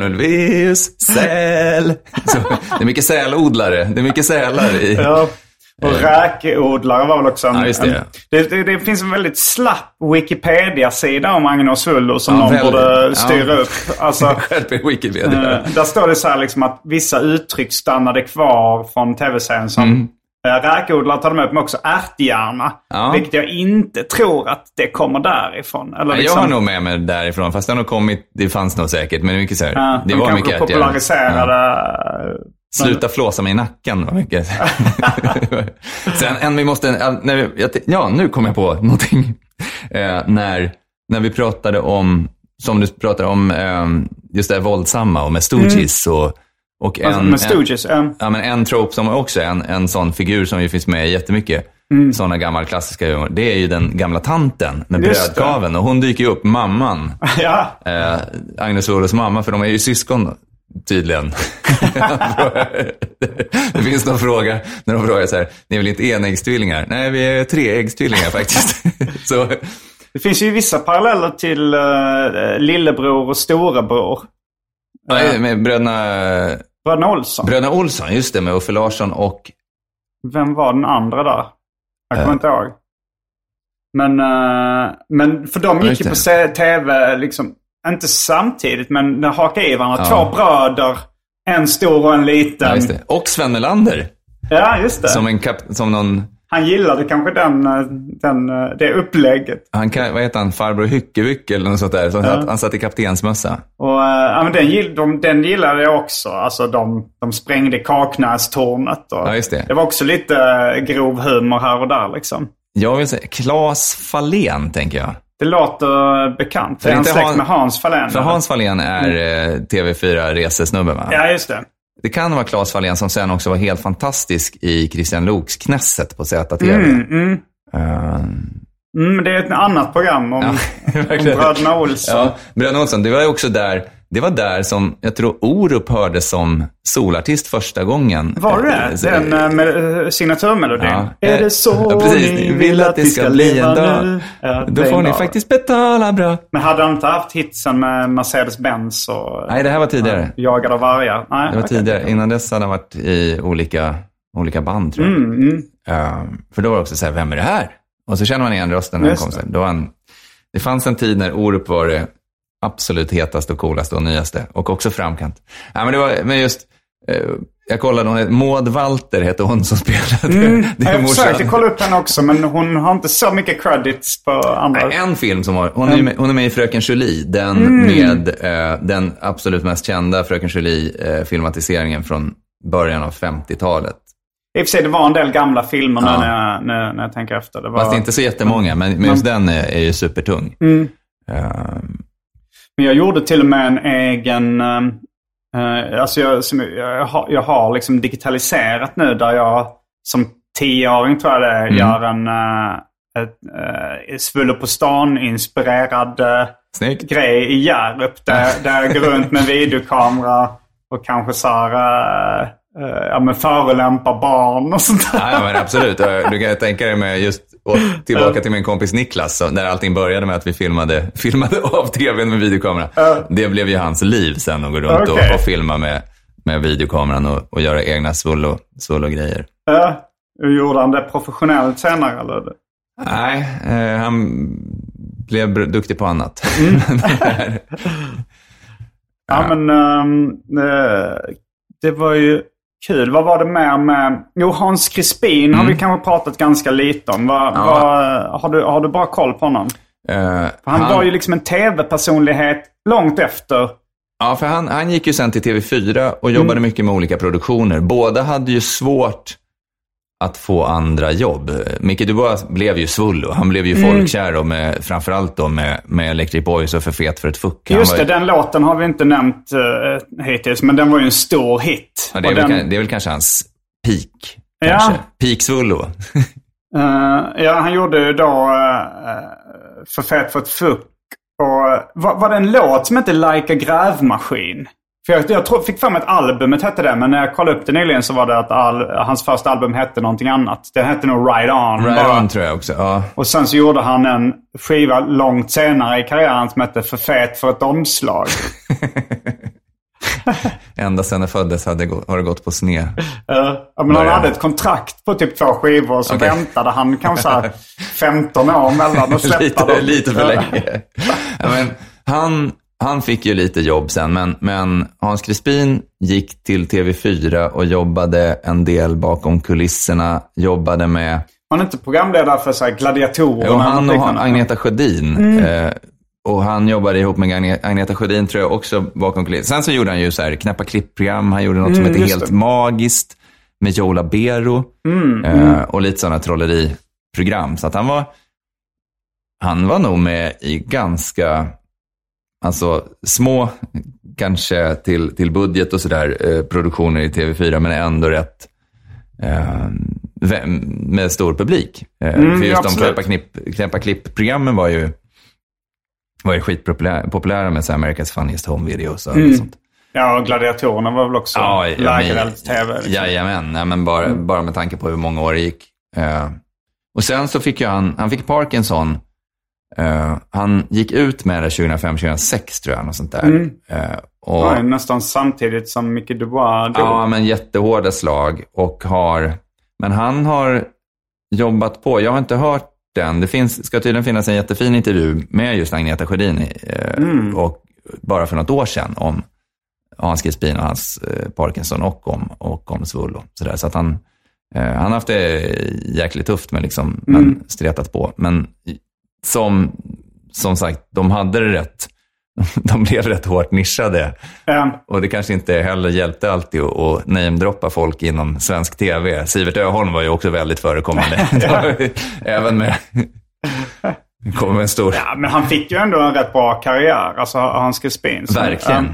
Ulvaeus, säl. Så, det är mycket sälodlare, det är mycket sälar i. Ja. Och räkodlare var väl också det finns en väldigt slapp Wikipedia-sida om Agne och Svullo som någon borde styra upp. Alltså, Wikipedia. Där står det så här liksom att vissa uttryck stannade kvar från tv-serien som räkodlare tar de upp, men också ärthjärna. Vilket jag inte tror att det kommer därifrån. Eller liksom, jag har nog med mig därifrån, fast det har nog kommit, det fanns nog säkert, men mycket så här, det var mycket populariserade. Sluta flåsa mig i nacken då, mycket. Sen vi måste, nu kom jag på någonting. När vi pratade om, som du pratade om, just det här våldsamma och med Stooges och en trope som också är en sån figur som ju finns med jättemycket såna gamla klassiska humor. Det är ju den gamla tanten med brödkaven, och hon dyker ju upp, mamman. Agnes Olles mamma, för de är ju syskon tydligen. Det finns någon fråga när de frågar så här: ni är väl inte enäggstvillingar? Nej, vi är treäggstvillingar faktiskt. Så. Det finns ju vissa paralleller till lillebror och storebror. Med bröderna Olsson. Bröderna Olsson, just det, med Uffe Larsson och... Vem var den andra där? Jag kommer inte ihåg. Men för de gick ju på tv liksom, inte samtidigt, men det hakade i varandra. Två bröder, en stor och en liten. Ja, just det. Och Sven Melander. Ja, just det. Som någon... Han gillade kanske det upplägget. Vad heter han? Farbror Hyckevycke eller något sånt där. Så han satt i kaptensmössa. Och men den gillade jag också. Alltså de sprängde Kaknästornet. Ja, just det. Det var också lite grov humor här och där liksom. Jag vill säga Claes Fahlén, tänker jag. Det låter bekant. Det är en släkt med Hans Fahlén. För Hans Fahlén är TV4 resesnubben, va? Ja, just det. Det kan vara Claes Fahlén som sen också var helt fantastisk i Christian Loks Knesset på ZTV. Det är ett annat program om Bröderna Olsson. Ja, Bröderna Olsson, det var också där. Det var där som jag tror Orup hördes som solartist första gången. Var det? Den med signaturmelodin. Ja. Är det så precis, ni vill att det ska bli en dag? Ja, då får ni faktiskt betala bra. Men hade han inte haft hitsen med Mercedes-Benz och... Nej, det här var tidigare. Jagade av vargar. Nej, det var tidigare. Innan dess hade han varit i olika band, tror jag. För då var det också så här, vem är det här? Och så känner man igen rösten när han kom sen. Det fanns en tid när Orup var det absolut hetaste och coolaste och nyaste. Och också framkant. Ja, men just... Jag kollade, Maud Walter heter hon som spelade. Jag försökte kolla upp henne också, men hon har inte så mycket credits på andra. En film som hon är med i Fröken Julie. Med den absolut mest kända Fröken Julie-filmatiseringen från början av 50-talet. I och för sig, det var en del gamla filmer när jag tänker efter. Det var... Fast inte så jättemånga, men just den är ju supertung. Men jag gjorde till och med en egen... alltså jag har liksom digitaliserat nu, där jag som 10-åring tror jag det gör en Svullo på stan-inspirerad grej i Hjärup där jag går runt med videokamera och kanske så här... men förolämpar barn och sånt där. Ja, men absolut. Du kan tänka dig med just tillbaka till min kompis Niklas, där allting började med att vi filmade av tvn med videokamera. Det blev ju hans liv sen, att gå runt och filma med videokameran och göra egna Svullo-grejer. Gjorde han det professionellt senare, eller? Nej, han blev duktig på annat. Det var ju kul. Vad var det med... Jo, Hans Crispin har vi kanske pratat ganska lite om. Har du bara koll på honom? Han var ju liksom en tv-personlighet långt efter. Ja, för han gick ju sen till TV4 och jobbade mycket med olika produktioner. Båda hade ju svårt att få andra jobb. Micke Dubois blev ju Svullo. Han blev ju folkkär och framförallt då med Electric Boys och För fet för ett fuck. Just det, den låten har vi inte nämnt hittills, men den var ju en stor hit. Ja, det är väl kanske hans peak. Kanske. Peak Svullo. Han gjorde ju då För fet för ett fuck. Och var det en låt som hette Like a grävmaskin? För jag fick fram att albumet hette det, men när jag kollade upp det nyligen så var det att hans första album hette någonting annat. Det hette nog Ride On. Ride On tror jag också, ja. Och sen så gjorde han en skiva långt senare i karriären som hette För fet för ett omslag. Ända sedan jag föddes har det gått på sned. Men han hade ett kontrakt på typ 2 skivor, så väntade han kanske 15 år mellan och släppte dem. Lite för länge. Han fick ju lite jobb sen, men Hans Crispin gick till TV4 och jobbade en del bakom kulisserna, jobbade med... Han är inte programledare för så här gladiatorerna. Jo, han och Agneta Sjödin. Och han jobbade ihop med Agneta Sjödin, tror jag, också bakom kulisserna. Sen så gjorde han ju så här knäppa klippprogram. Han gjorde något som heter Helt magiskt med Joe Labero. Och lite sådana trolleriprogram. Så att han var nog med i ganska... Alltså små, kanske till budget och sådär, produktioner i TV4, men ändå rätt med stor publik. För just de knäppa klipp-programmen var ju skitpopulära med så America's Funniest Home Videos och sånt. Ja, och gladiatorerna var väl också lägereld-tv. Liksom. Jajamän, men bara med tanke på hur många år det gick. Och sen så fick han fick Parkinson. Han gick ut med det 2005-2006, tror jag, något sånt där. Och nästan samtidigt som Mickey Dubois dog. Ja, men jättehårda slag. Men han har jobbat på. Jag har inte hört den. Det ska tydligen finnas en jättefin intervju med just Agneta Sjödin och bara för något år sedan om Hans Crispin och hans Parkinson och om Svullo. Så att han har haft det jäkligt tufft med liksom, men stretat på. Men som sagt, de hade det rätt. De blev rätt hårt nischade. Och det kanske inte heller hjälpte alltid att namedroppa folk inom svensk tv. Sivert Öholm var ju också väldigt förekommande. Även med... Kommer med en stor... Ja, men han fick ju ändå en rätt bra karriär. Alltså Hans Crispin. Verkligen.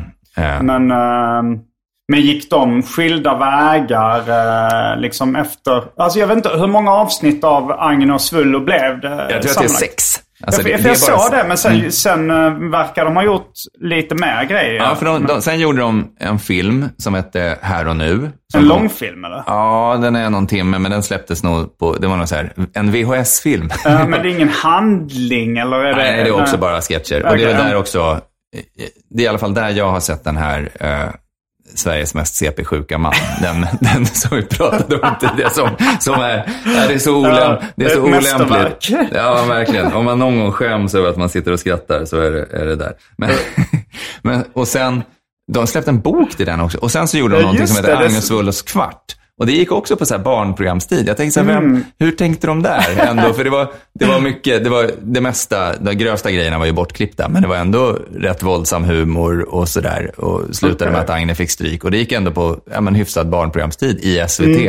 Men gick de skilda vägar liksom efter... Alltså jag vet inte, hur många avsnitt av Agne och Svullo blev det? Jag tror att det är 6. Alltså jag såg det, men sen verkar de ha gjort lite mer grejer. Ja, för sen gjorde de en film som hette Här och nu. En långfilm, eller? Ja, den är någon timme, men den släpptes nog på... Det var någon så här, en VHS-film. Men det är ingen handling, eller är det... Nej, det är också bara sketcher. Okay, och det är där också... Det är i alla fall där jag har sett den här... Sveriges mest CP-sjuka man. Den som vi pratade om tidigare. Som är det är så olämpligt. Ja, verkligen. Om man någon gång skäms över att man sitter och skrattar, så är det där. Men, och sen, de släppte en bok till den också. Och sen så gjorde de någonting som heter Agnes Svullos kvart. Och det gick också på så här barnprogramstid. Jag tänkte så här, hur tänkte de där ändå? För det var mycket, det mesta, de grövsta grejerna var ju bortklippta. Men det var ändå rätt våldsam humor och sådär. Och slutade med att Agne fick stryk. Och det gick ändå på hyfsad barnprogramstid i SVT.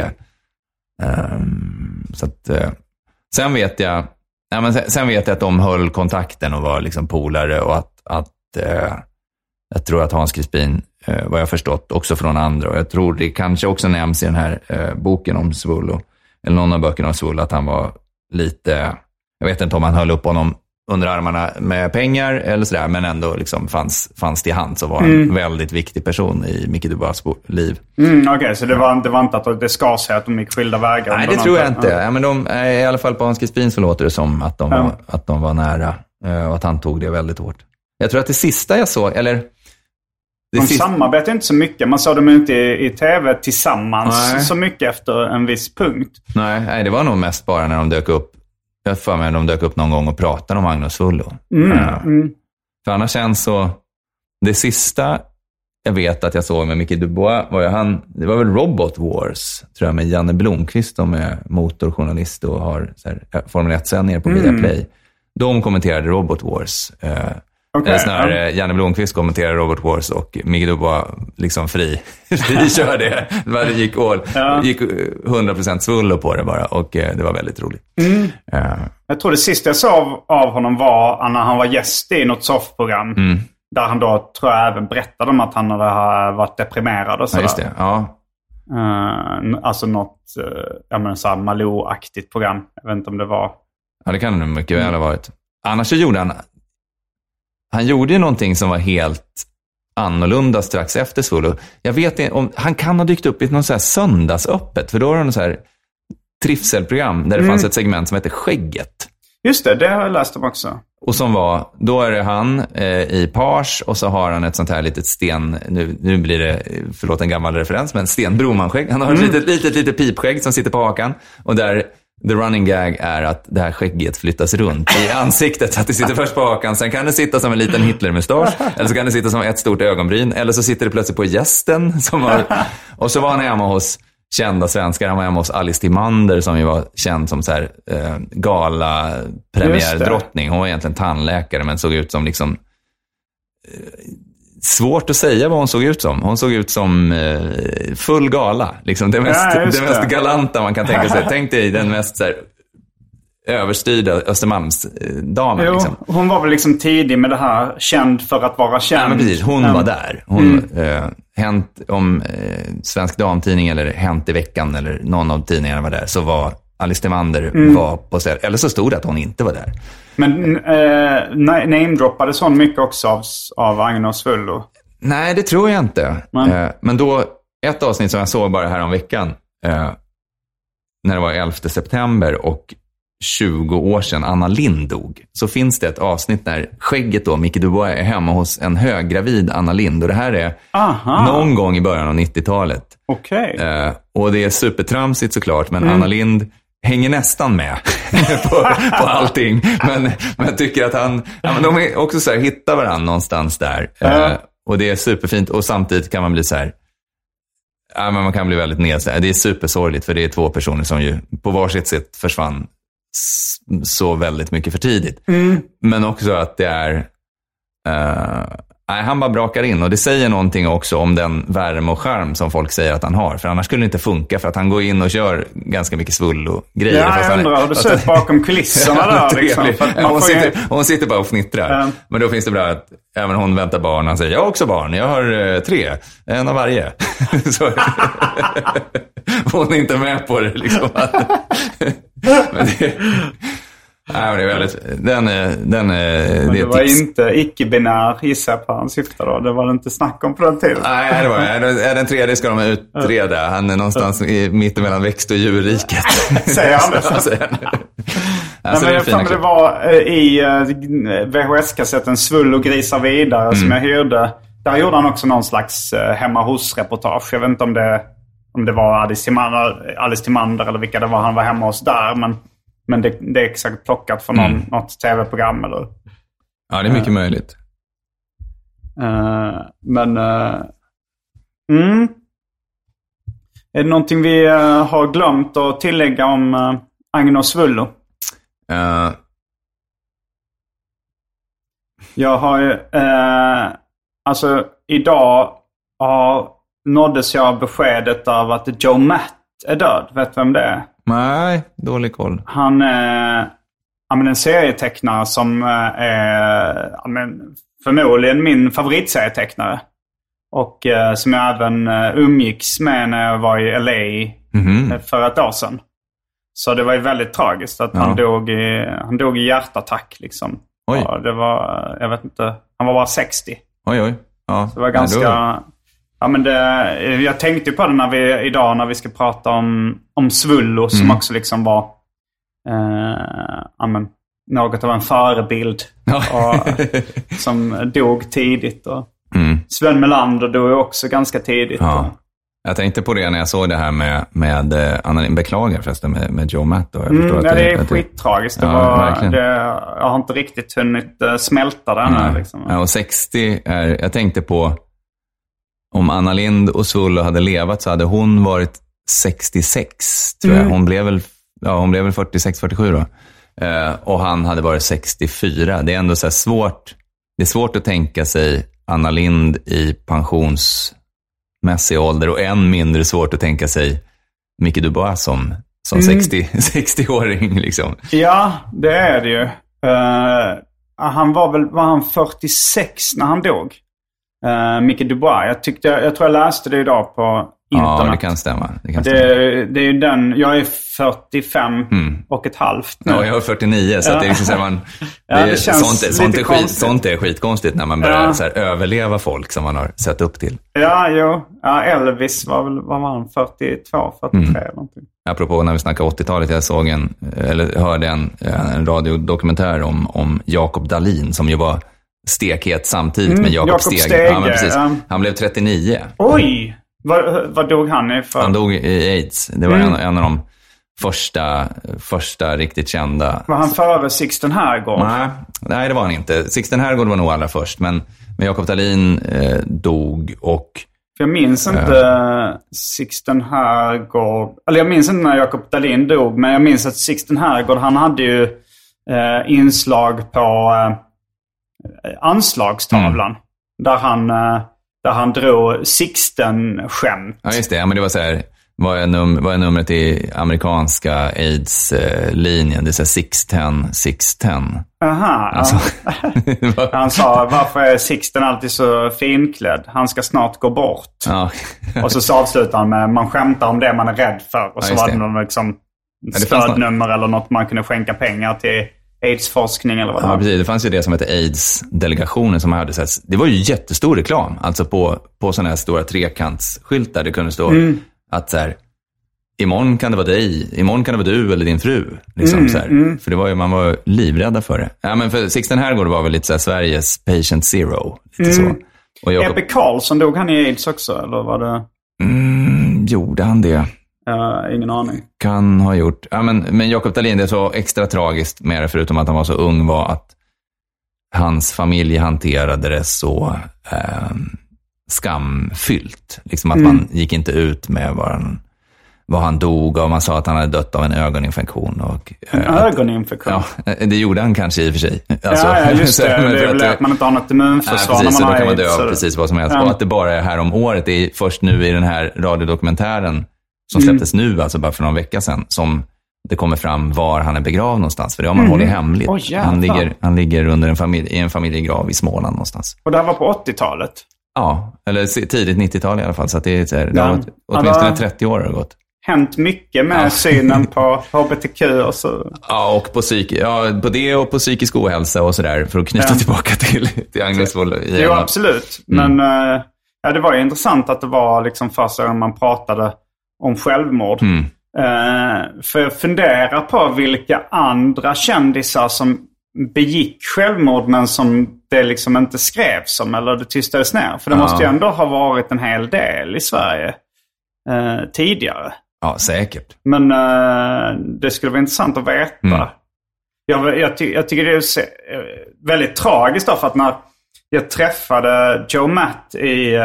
Så att, sen vet jag att de höll kontakten och var liksom polare. Och att jag tror att Hans Crispin, vad jag förstått, också från andra. Och jag tror det kanske också nämns i den här boken om Svullo, eller någon av böckerna om Svullo, att han var lite, jag vet inte om han höll upp honom under armarna med pengar eller sådär, men ändå liksom fanns till hand, så var en väldigt viktig person i Mickey Dubois liv. Okej, så det var inte att det skar sig att de gick skilda vägar? Nej, det tror jag inte. Ja, men i alla fall på Hans Crispin så låter det som att de var nära, och att han tog det väldigt hårt. Jag tror att det sista jag såg, eller... De samarbetar inte så mycket. Man såg dem inte i tv tillsammans så mycket efter en viss punkt. Nej, det var nog mest bara när de dök upp. Jag får mig de dök upp någon gång och pratade om Agnes Svullo. För annars känns så... Det sista jag vet att jag såg med Mickey Dubois var det var väl Robot Wars, tror jag, med Janne Blomqvist, som är motorjournalist och har så här, Formel 1-sändningar på Viaplay. De kommenterade Robot Wars. När Janne Blomqvist kommenterade Robot Wars och Mickey Dubois liksom fri körde. Det gick 100% Svullo på det bara, och det var väldigt roligt. Jag tror det sista jag såg av honom var när han var gäst i något soffprogram. Där han då, tror jag, även berättade om att han hade varit deprimerad och sådär. Ja, just det. Ja. Alltså något så här Malou-aktigt program. Jag vet inte om det var... Ja, det kan det nog mycket väl ha varit. Annars så gjorde han gjorde ju någonting som var helt annorlunda strax efter Svullo. Jag vet inte om han kan ha dykt upp i något så här söndagsöppet, för då var det något så här trivselprogram där det fanns ett segment som heter Skägget. Just det har jag läst om också. Och då är det han i page och så har han ett sånt här litet nu blir det, förlåt en gammal referens, men Sten Broman-skägg. Han har ett litet pipskägg som sitter på hakan och där the running gag är att det här skägget flyttas runt i ansiktet så att det sitter först på hakan, sen kan det sitta som en liten Hitler-mustasch eller så kan det sitta som ett stort ögonbryn eller så sitter det plötsligt på gästen och så var han hemma hos kända svenskar. Han var hemma hos Alice Timander som ju var känd som så här gala-premiärdrottning. Hon var egentligen tandläkare men såg ut som liksom svårt att säga vad hon såg ut som. Hon såg ut som full gala. Liksom det mest galanta man kan tänka sig. Tänk dig den mest så här, överstyrda Östermalmsdamen. Liksom. Hon var väl liksom tidig med det här, känd för att vara känd. Ja, men precis, hon var där. Hänt om Svensk Damtidning eller Hänt i veckan eller någon av tidningarna var där, så var Alice Timander var på ställe. Eller så stod det att hon inte var där. Men namedroppades hon mycket också av Agne och Svullo? Nej, det tror jag inte. Men då, ett avsnitt som jag såg bara här om veckan, när det var 11 september och 20 år sedan Anna Lindh dog, så finns det ett avsnitt där skägget då, Micke Dubois, är hemma hos en höggravid Anna Lindh. Och det här är någon gång i början av 90-talet. Okej. Och det är supertramsigt såklart, men Anna Lindh hänger nästan med på allting. Men tycker att de är också så här, hittar varandra någonstans där. Och det är superfint. Och samtidigt kan man bli så här, men man kan bli väldigt nedsläppt. Det är supersorgligt för det är två personer som ju på varsitt sätt försvann så väldigt mycket för tidigt. Men också att det är han bara brakar in, och det säger någonting också om den värme och charm som folk säger att han har, för annars skulle det inte funka, för att han går in och kör ganska mycket Svullo-grejer. Ja, jag undrar, har du sett bakom kulisserna där liksom? Hon sitter bara och fnittrar. Men då finns det bra att även hon väntar barn. Han säger, jag har också barn, jag har 3, en av varje. Så, hon är inte med på det liksom. Men det är väldigt, det var inte icke-binär, gissar jag på han syftar då. Det var det inte snack om på den tiden. Nej, det var är den tredje ska de utreda. Han är någonstans mitt mellan växt- och djurriket. Säger han det? Alltså, det var i VHS-kassetten Svullo grisar vidare som jag hyrde. Där gjorde han också någon slags hemma hos-reportage. Jag vet inte om det var Alice Timander eller vilka det var han var hemma hos där. Men det är exakt plockat från något tv-program eller... Ja, det är mycket möjligt. Är det någonting vi har glömt att tillägga om Agne och Svullo? Jag har alltså idag nåddes jag beskedet av att Joe Matt är död. Vet du vem det är? Nej, dålig koll. Han är en serietecknare som är förmodligen min favoritserietecknare. Och som jag även umgicks med när jag var i LA för ett år sedan. Så det var ju väldigt tragiskt att han dog i hjärtattack liksom. Oj. Och det var, jag vet inte, han var bara 60. Oj. Ja. Så det var ganska... Ja, men jag tänkte på det idag när vi ska prata om Svullo som också liksom var något av en förebild och, som dog tidigt. Och Sven Melander dog också ganska tidigt. Ja. Jag tänkte på det när jag såg det här med Anna Lindh, beklagar förresten med Joe Matt. Då. Det är skittragiskt. Jag har inte riktigt hunnit smälta den. Liksom. Ja, och 60 jag tänkte på om Anna Lindh och Svullo hade levat så hade hon varit 66, tror jag. Hon blev väl 46-47 då. Och han hade varit 64. Det är ändå så här svårt. Det är svårt att tänka sig Anna Lindh i pensionsmässig ålder och än mindre svårt att tänka sig Micke Dubois som 60-åring liksom. Ja, det är det ju. Han var han 46 när han dog? Micke Dubois. Jag tror jag läste det idag på internet. Ja, det kan stämma. Det är ju den, jag är 45 och ett halvt nu. Ja, jag är 49, så att det är liksom så här, man... det känns lite konstigt. Sånt är skitkonstigt när man börjar så här, överleva folk som man har sett upp till. Ja, Elvis var han 42, 43 eller någonting. Apropå när vi snackade 80-talet, jag såg hörde en radiodokumentär om Jakob Dahlin som ju var stekhet samtidigt med Jakob Stege. Ja, men precis. Han blev 39. Oj! Vad dog han i för? Han dog i AIDS. Det var en av de första riktigt kända. Var han före Sixten Herrgård? Nej, det var han inte. Sixten Herrgård var nog allra först, men Jakob Dahlin dog och... För jag minns inte Sixten Herrgård... Eller jag minns inte när Jakob Dahlin dog, men jag minns att Sixten Herrgård, han hade ju inslag på anslagstavlan. Där han drog Sixten-skämt. Ja, just det. Ja, men det var så här... Vad är numret i amerikanska AIDS-linjen? Det är så här 610. Aha. Alltså. Han sa, varför är Sixten alltid så finklädd? Han ska snart gå bort. Ja. Och så avslutar han med, man skämtar om det man är rädd för. Och så var det någon liksom stödnummer eller något man kunde skänka pengar till AIDS-forskning eller vad det var. Precis. Det fanns ju det som hette AIDS-delegationen som hade sett. Det var ju jättestor reklam. Alltså på sådana här stora trekantsskyltar. Det kunde stå att så här, imorgon kan det vara du eller din fru. Liksom, så här. För det var ju, man var livrädda för det. Ja, men för Sixten Herrgård var väl lite så här, Sveriges patient zero. Lite så. Och Ebbe Carlsson, dog han i AIDS också? Eller var det... Gjorde han det? Ingen aning. Kan ha gjort. Ja, men Jakob Dahlin, det så extra tragiskt med det, förutom att han var så ung, var att hans familj hanterade det så skamfyllt. Liksom att man gick inte ut med vad han dog och man sa att han hade dött av en ögoninfektion. Ögoninfektion? Ja, det gjorde han kanske i och för sig. Alltså, ja, just det. Det är väl att man inte har något immunförsvar när man har då kan man dö så... precis vad som helst. Och att det bara är här om året, det är först nu i den här radiodokumentären som släpptes nu, alltså bara för någon vecka sedan, som det kommer fram var han är begravd någonstans. För det har man hållit hemligt. Han ligger i en familjegrav i Småland någonstans. Och det här var på 80-talet? Ja, eller tidigt 90-tal i alla fall. Så att det har åtminstone 30 år har gått. Hänt mycket med synen på HBTQ och så. Ja, och på det och på psykisk ohälsa och sådär. För att knyta tillbaka till Agnes Wold. Jo, absolut. Men det var ju intressant att det var liksom första gången man pratade om självmord. För jag funderar på vilka andra kändisar som begick självmord men som det liksom inte skrevs om eller det tystades ner. För det måste ju ändå ha varit en hel del i Sverige tidigare. Ja, säkert. Men det skulle vara intressant att veta. Jag tycker det är väldigt tragiskt då, för att när jag träffade Joe Matt i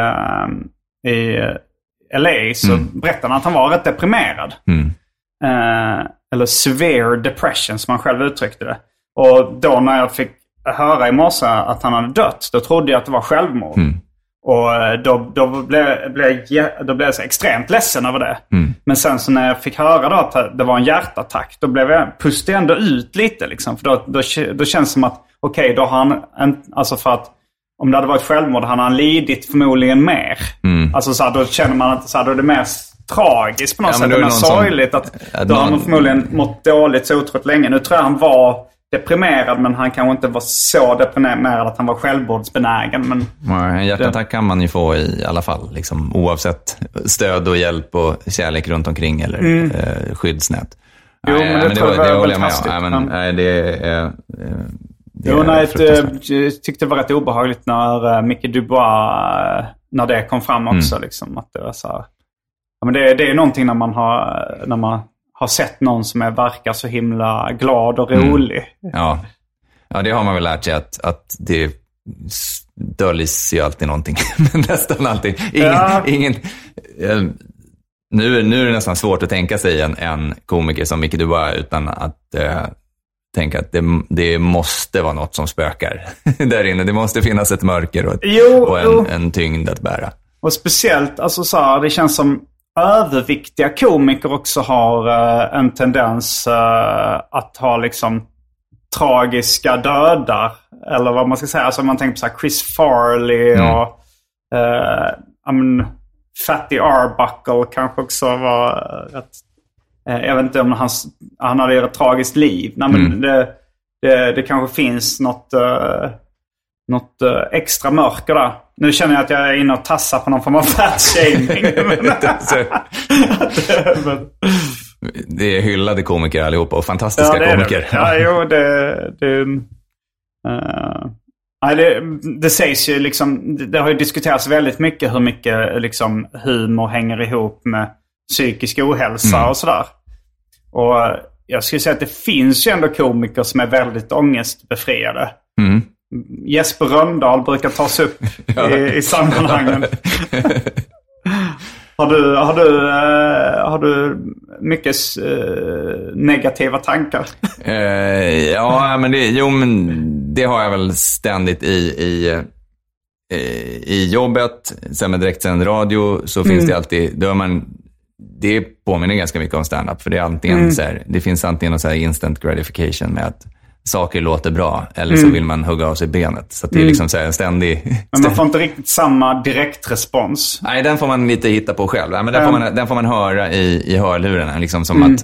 LA så berättade han att han var rätt deprimerad. Eller severe depression som han själv uttryckte det. Och då när jag fick höra i morse att han hade dött, då trodde jag att det var självmord. Och då blev jag så extremt ledsen över det. Men sen så när jag fick höra då att det var en hjärtattack, då pustade jag ändå ut lite liksom. För då känns det som att okej, då har han alltså för att om det hade varit självmord hade han lidit förmodligen mer. Alltså så här, då känner man att så här, då är det mer tragiskt på något sätt. Det är sorgligt att då har han förmodligen mått dåligt så otroligt länge. Nu tror jag han var deprimerad, men han kanske inte var så deprimerad att han var självmordsbenägen. Men en hjärtattack kan man ju få i alla fall, liksom, oavsett stöd och hjälp och kärlek runt omkring eller skyddsnät. Jo, men det var väl hastigt. Jag tyckte det var rätt obehagligt när Micke Dubois, när det kom fram också. Liksom, att det var så här. Ja, men det är någonting när man har sett någon som verkar så himla glad och rolig. Ja, det har man väl lärt sig att det döljs ju alltid någonting. Nästan alltid. Nu är det nästan svårt att tänka sig en komiker som Micke Dubois utan att tänka att det måste vara något som spökar där inne. Det måste finnas ett mörker och en tyngd att bära. Och speciellt, alltså så här, det känns som överviktiga komiker också har en tendens att ha liksom tragiska dödar. Eller vad man ska säga. Alltså man tänker på så här Chris Farley och Fatty Arbuckle kanske också var rätt... Jag vet inte om han hade ett tragiskt liv. Nej, men det kanske finns något extra mörker där. Nu känner jag att jag är inne och tassar på någon form av fat-shaming. Det är hyllade komiker allihopa och fantastiska komiker. Det sägs ju liksom, det har ju diskuterats väldigt mycket hur mycket liksom humor hänger ihop med psykisk ohälsa och sådär. Och jag skulle säga att det finns ju ändå komiker som är väldigt ångestbefriade. Jesper Rönndahl brukar tas upp i sammanhangen. Har du mycket negativa tankar? Men det har jag väl ständigt i jobbet. Sen med direktsänd radio så finns det alltid, det påminner ganska mycket om stand-up, för det är antingen så här, det finns antingen så här instant gratification med att saker låter bra, eller så vill man hugga av sig benet. Så att det är liksom så här en ständig... Men man får inte riktigt samma direktrespons. Nej, den får man lite hitta på själv. Men den får man höra i hörlurarna. Liksom som att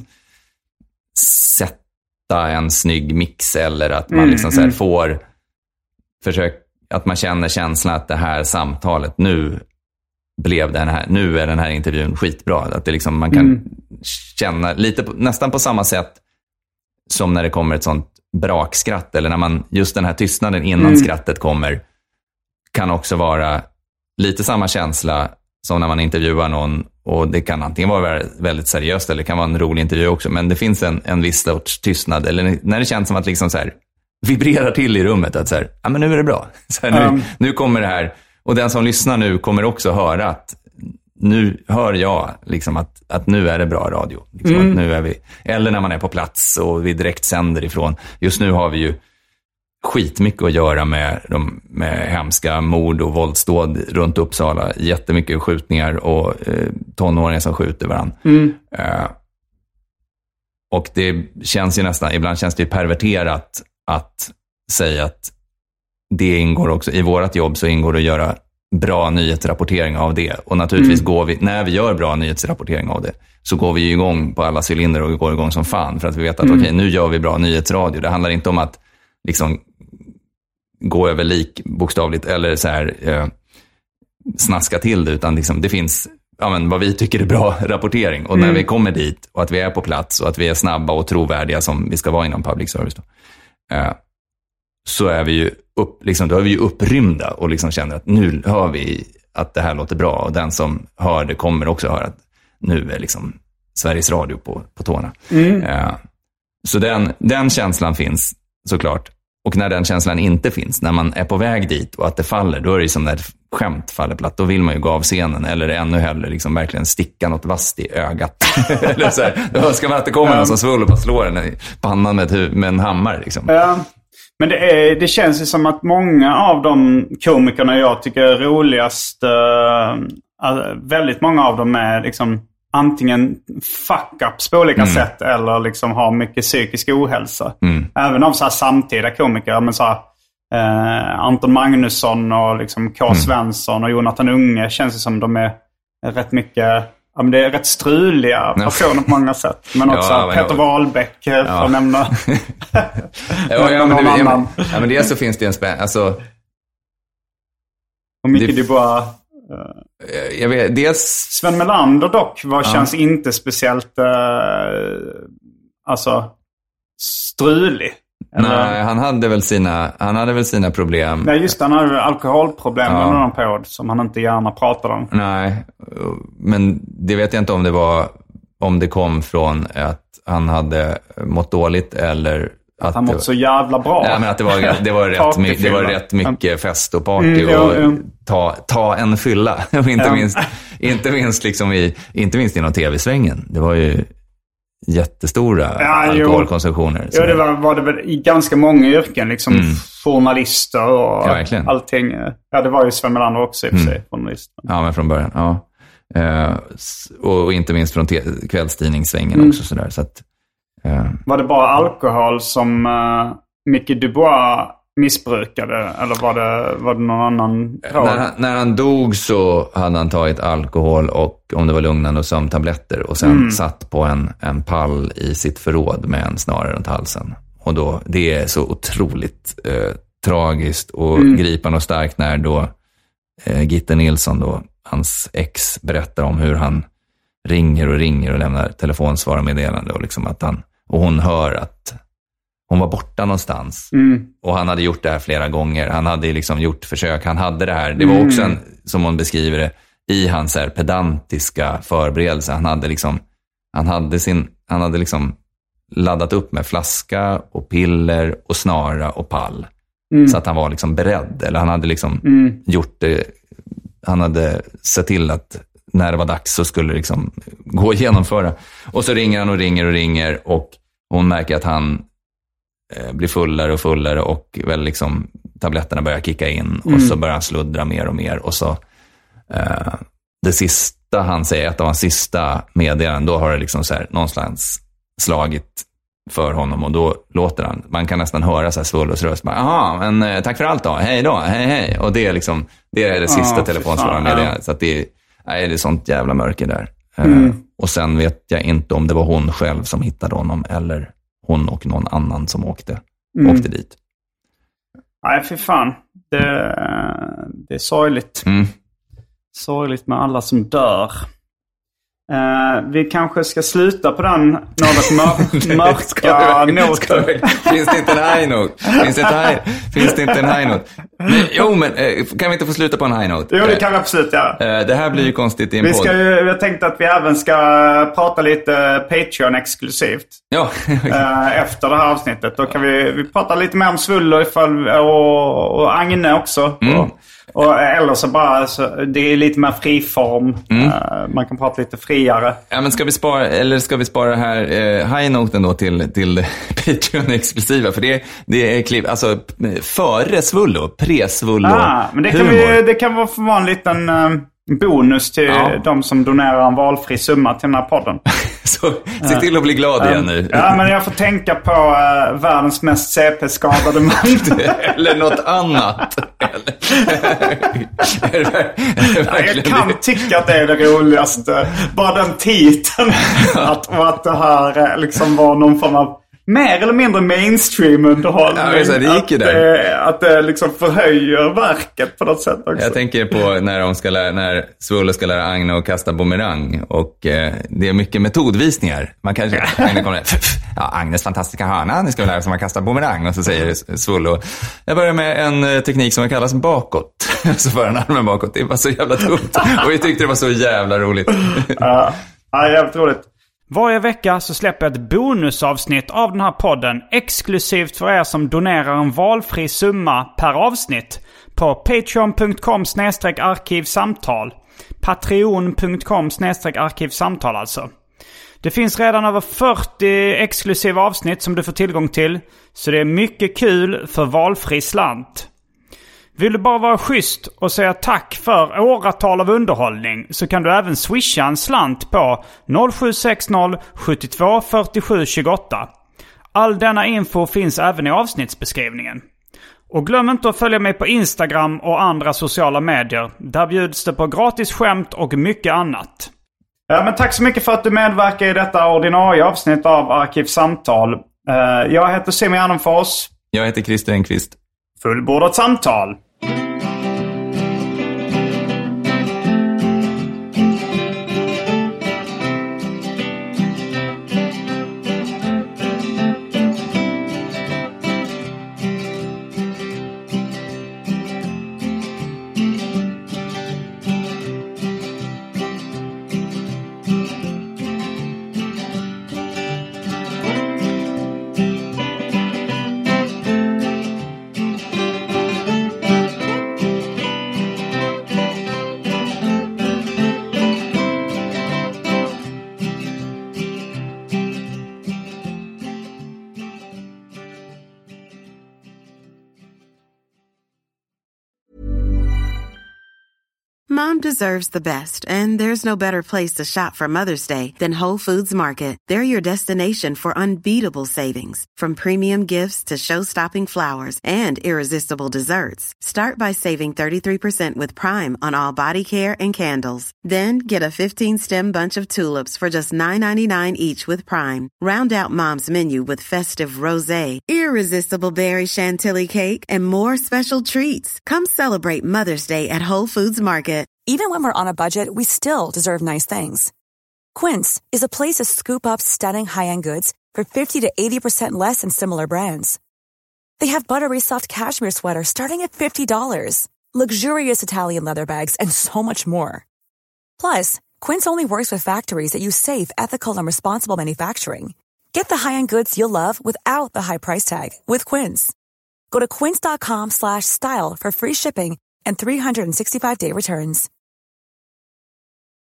sätta en snygg mix, eller att man liksom så här får att man känner känslan att det här samtalet, nu är den här intervjun skitbra. Att det liksom, man kan känna lite nästan på samma sätt som när det kommer ett sånt brakskratt, eller när man, just den här tystnaden innan skrattet kommer, kan också vara lite samma känsla som när man intervjuar någon, och det kan antingen vara väldigt seriöst eller det kan vara en rolig intervju också, men det finns en viss sorts tystnad, eller när det känns som att liksom så här vibrerar till i rummet, att så här, ja men nu är det bra, så här, nu kommer det här, och den som lyssnar nu kommer också höra att nu hör jag liksom att nu är det bra radio. Liksom att nu är vi, eller när man är på plats och vi direkt sänder ifrån. Just nu har vi ju skitmycket att göra med hemska mord och våldsdåd runt Uppsala. Jättemycket skjutningar och tonåringar som skjuter varandra. Och det känns ju nästan, ibland känns det ju perverterat att säga att det ingår också, i vårat jobb så ingår det att göra bra nyhetsrapportering av det. Och naturligtvis går vi, när vi gör bra nyhetsrapportering av det, så går vi igång på alla cylinder och går igång som fan, för att vi vet att okej, nu gör vi bra nyhetsradio. Det handlar inte om att liksom gå över lik bokstavligt eller så här snaska till det, utan liksom, det finns vad vi tycker är bra rapportering. Och när vi kommer dit och att vi är på plats och att vi är snabba och trovärdiga som vi ska vara inom public service då, så är vi ju då är vi ju upprymda och liksom känner att nu hör vi att det här låter bra, och den som hör det kommer också höra att nu är liksom Sveriges Radio på tårna. Så den känslan finns såklart. Och när den känslan inte finns, när man är på väg dit och att det faller, då är det som när ett skämt faller platt. Då vill man ju gå av scenen, eller ännu hellre liksom verkligen sticka något vasst i ögat. Eller så här, då ska man att det kommer någon som svullar och slår den i pannan med en hammare liksom. Ja. Men det känns ju som att många av de komikerna jag tycker är roligast, väldigt många av dem är liksom antingen fuck-ups på olika sätt, eller liksom har mycket psykisk ohälsa. Även av så här samtida komiker, men så här, Anton Magnusson och liksom K. Svensson och Jonathan Unge känns det som de är rätt mycket... Ja, men det är rätt struliga personer på många sätt. Men också Peter Wahlbeck, för att nämna någon annan. Men det så finns det en alltså... Och Micke Dubois. Jag vet, dels... Sven Melander dock känns inte speciellt strulig. Nej, han hade väl sina problem. Nej, just det, han hade alkoholproblem under någon period som han inte gärna pratade om. Nej, men det vet jag inte om det kom från att han hade mått dåligt, eller att han mått så jävla bra. Nej, men att det var rätt mycket fest och party och ta en fylla. Och inte minst liksom inte minst inom tv-svängen. Det var ju jättestora alkoholkonsumtioner. Ja, det var det väl i ganska många yrken, liksom journalister och allting. Ja, det var ju Sven Melander också i och för sig, journalist. Ja, men från början, ja. Och inte minst från kvällstidningssvängen också sådär. Så att, var det bara alkohol som Micke Dubois missbrukade? Eller var det någon annan råd? När han dog så hade han tagit alkohol och om det var lugnande och sömntabletter. Och sen satt på en pall i sitt förråd med en snara runt halsen. Och då, det är så otroligt tragiskt och gripande och starkt när då Gitte Nilsson, då, hans ex, berättar om hur han ringer och lämnar telefonsvar och meddelande. Och liksom att och hon hör att hon var borta någonstans. Och han hade gjort det här flera gånger. Han hade liksom gjort försök. Han hade det här. Det var också som hon beskriver det, i hans här pedantiska förberedelse. Han hade liksom laddat upp med flaska och piller och snara och pall. Så att han var liksom beredd. Eller han hade liksom gjort det. Han hade sett till att när det var dags så skulle det liksom gå att genomföra. Och så ringer han och ringer och hon märker att han blir fullare och väl liksom tabletterna börjar kicka in och så börjar han sluddra mer och mer och så det sista han säger, ett av hans sista meddelanden, då har det liksom så här någonstans slagit för honom och då låter han, man kan nästan höra så här Svullos röst, jaha, men tack för allt då, hej då, hej. Och det är liksom, det är det sista telefonsvaret meddelandet, så att det är sånt jävla mörker där. Och sen vet jag inte om det var hon själv som hittade honom eller hon och någon annan som åkte dit. Nej, för fan. Det är sorgligt. Sorgligt med alla som dör. Vi kanske ska sluta på den något mörka noten. Finns det inte en high note? Finns det inte en high note? Men kan vi inte få sluta på en high note? Jo, det kan vi absolut göra. Det här blir ju konstigt i en podd. Jag tänkte att vi även ska prata lite Patreon-exklusivt. Ja. Efter det här avsnittet. Då kan vi prata lite mer om Svullo och Agne också. Eller så bara, det är lite mer friform. Man kan prata lite friare. Ja, men ska vi spara här high-noten då till Patreon-exklusiva? För det är klipp, alltså före Svullo, pre-Svullo. Men det kan vara för en liten bonus till de som donerar en valfri summa till den här podden. Så se till att bli glad igen nu. Ja, men jag får tänka på världens mest CP-skadade man. Eller något annat. Jag kan tycka att det är det roligaste. Bara den titeln. Att det här liksom var någon form av mer eller mindre mainstream-underhållning. Ja, det gick ju där. Att det liksom förhöjer verket på något sätt också. Jag tänker på när Svullo ska lära Agne att kasta bumerang. Och det är mycket metodvisningar. Man kanske, Agne kommer Agnes fantastiska hörna, ni ska lära sig att kasta bumerang. Och så säger Svullo, jag börjar med en teknik som kallas bakåt. Så för en armen bakåt. Det var så jävla dumt. Och vi tyckte det var så jävla roligt. Ja, jävligt roligt. Varje vecka så släpper jag ett bonusavsnitt av den här podden exklusivt för er som donerar en valfri summa per avsnitt på patreon.com/arkivsamtal. Patreon.com/arkivsamtal alltså. Det finns redan över 40 exklusiva avsnitt som du får tillgång till, så det är mycket kul för valfri slant. Vill du bara vara schysst och säga tack för åratal av underhållning, så kan du även swisha en slant på 0760 72 47 28. All denna info finns även i avsnittsbeskrivningen. Och glöm inte att följa mig på Instagram och andra sociala medier. Där bjuds det på gratis skämt och mycket annat. Ja, men tack så mycket för att du medverkar i detta ordinarie avsnitt av Arkivsamtal. Jag heter Simon Gärdenfors. Jag heter Christer Enqvist. Fullbordat samtal. Mom deserves the best, and there's no better place to shop for Mother's Day than Whole Foods Market. They're your destination for unbeatable savings, from premium gifts to show-stopping flowers and irresistible desserts. Start by saving 33% with Prime on all body care and candles. Then get a 15-stem bunch of tulips for just $9.99 each with Prime. Round out Mom's menu with festive rosé, irresistible berry chantilly cake, and more special treats. Come celebrate Mother's Day at Whole Foods Market. Even when we're on a budget, we still deserve nice things. Quince is a place to scoop up stunning high-end goods for 50 to 80% less than similar brands. They have buttery soft cashmere sweaters starting at $50, luxurious Italian leather bags, and so much more. Plus, Quince only works with factories that use safe, ethical, and responsible manufacturing. Get the high-end goods you'll love without the high price tag with Quince. Go to quince.com/style for free shipping and 365-day returns.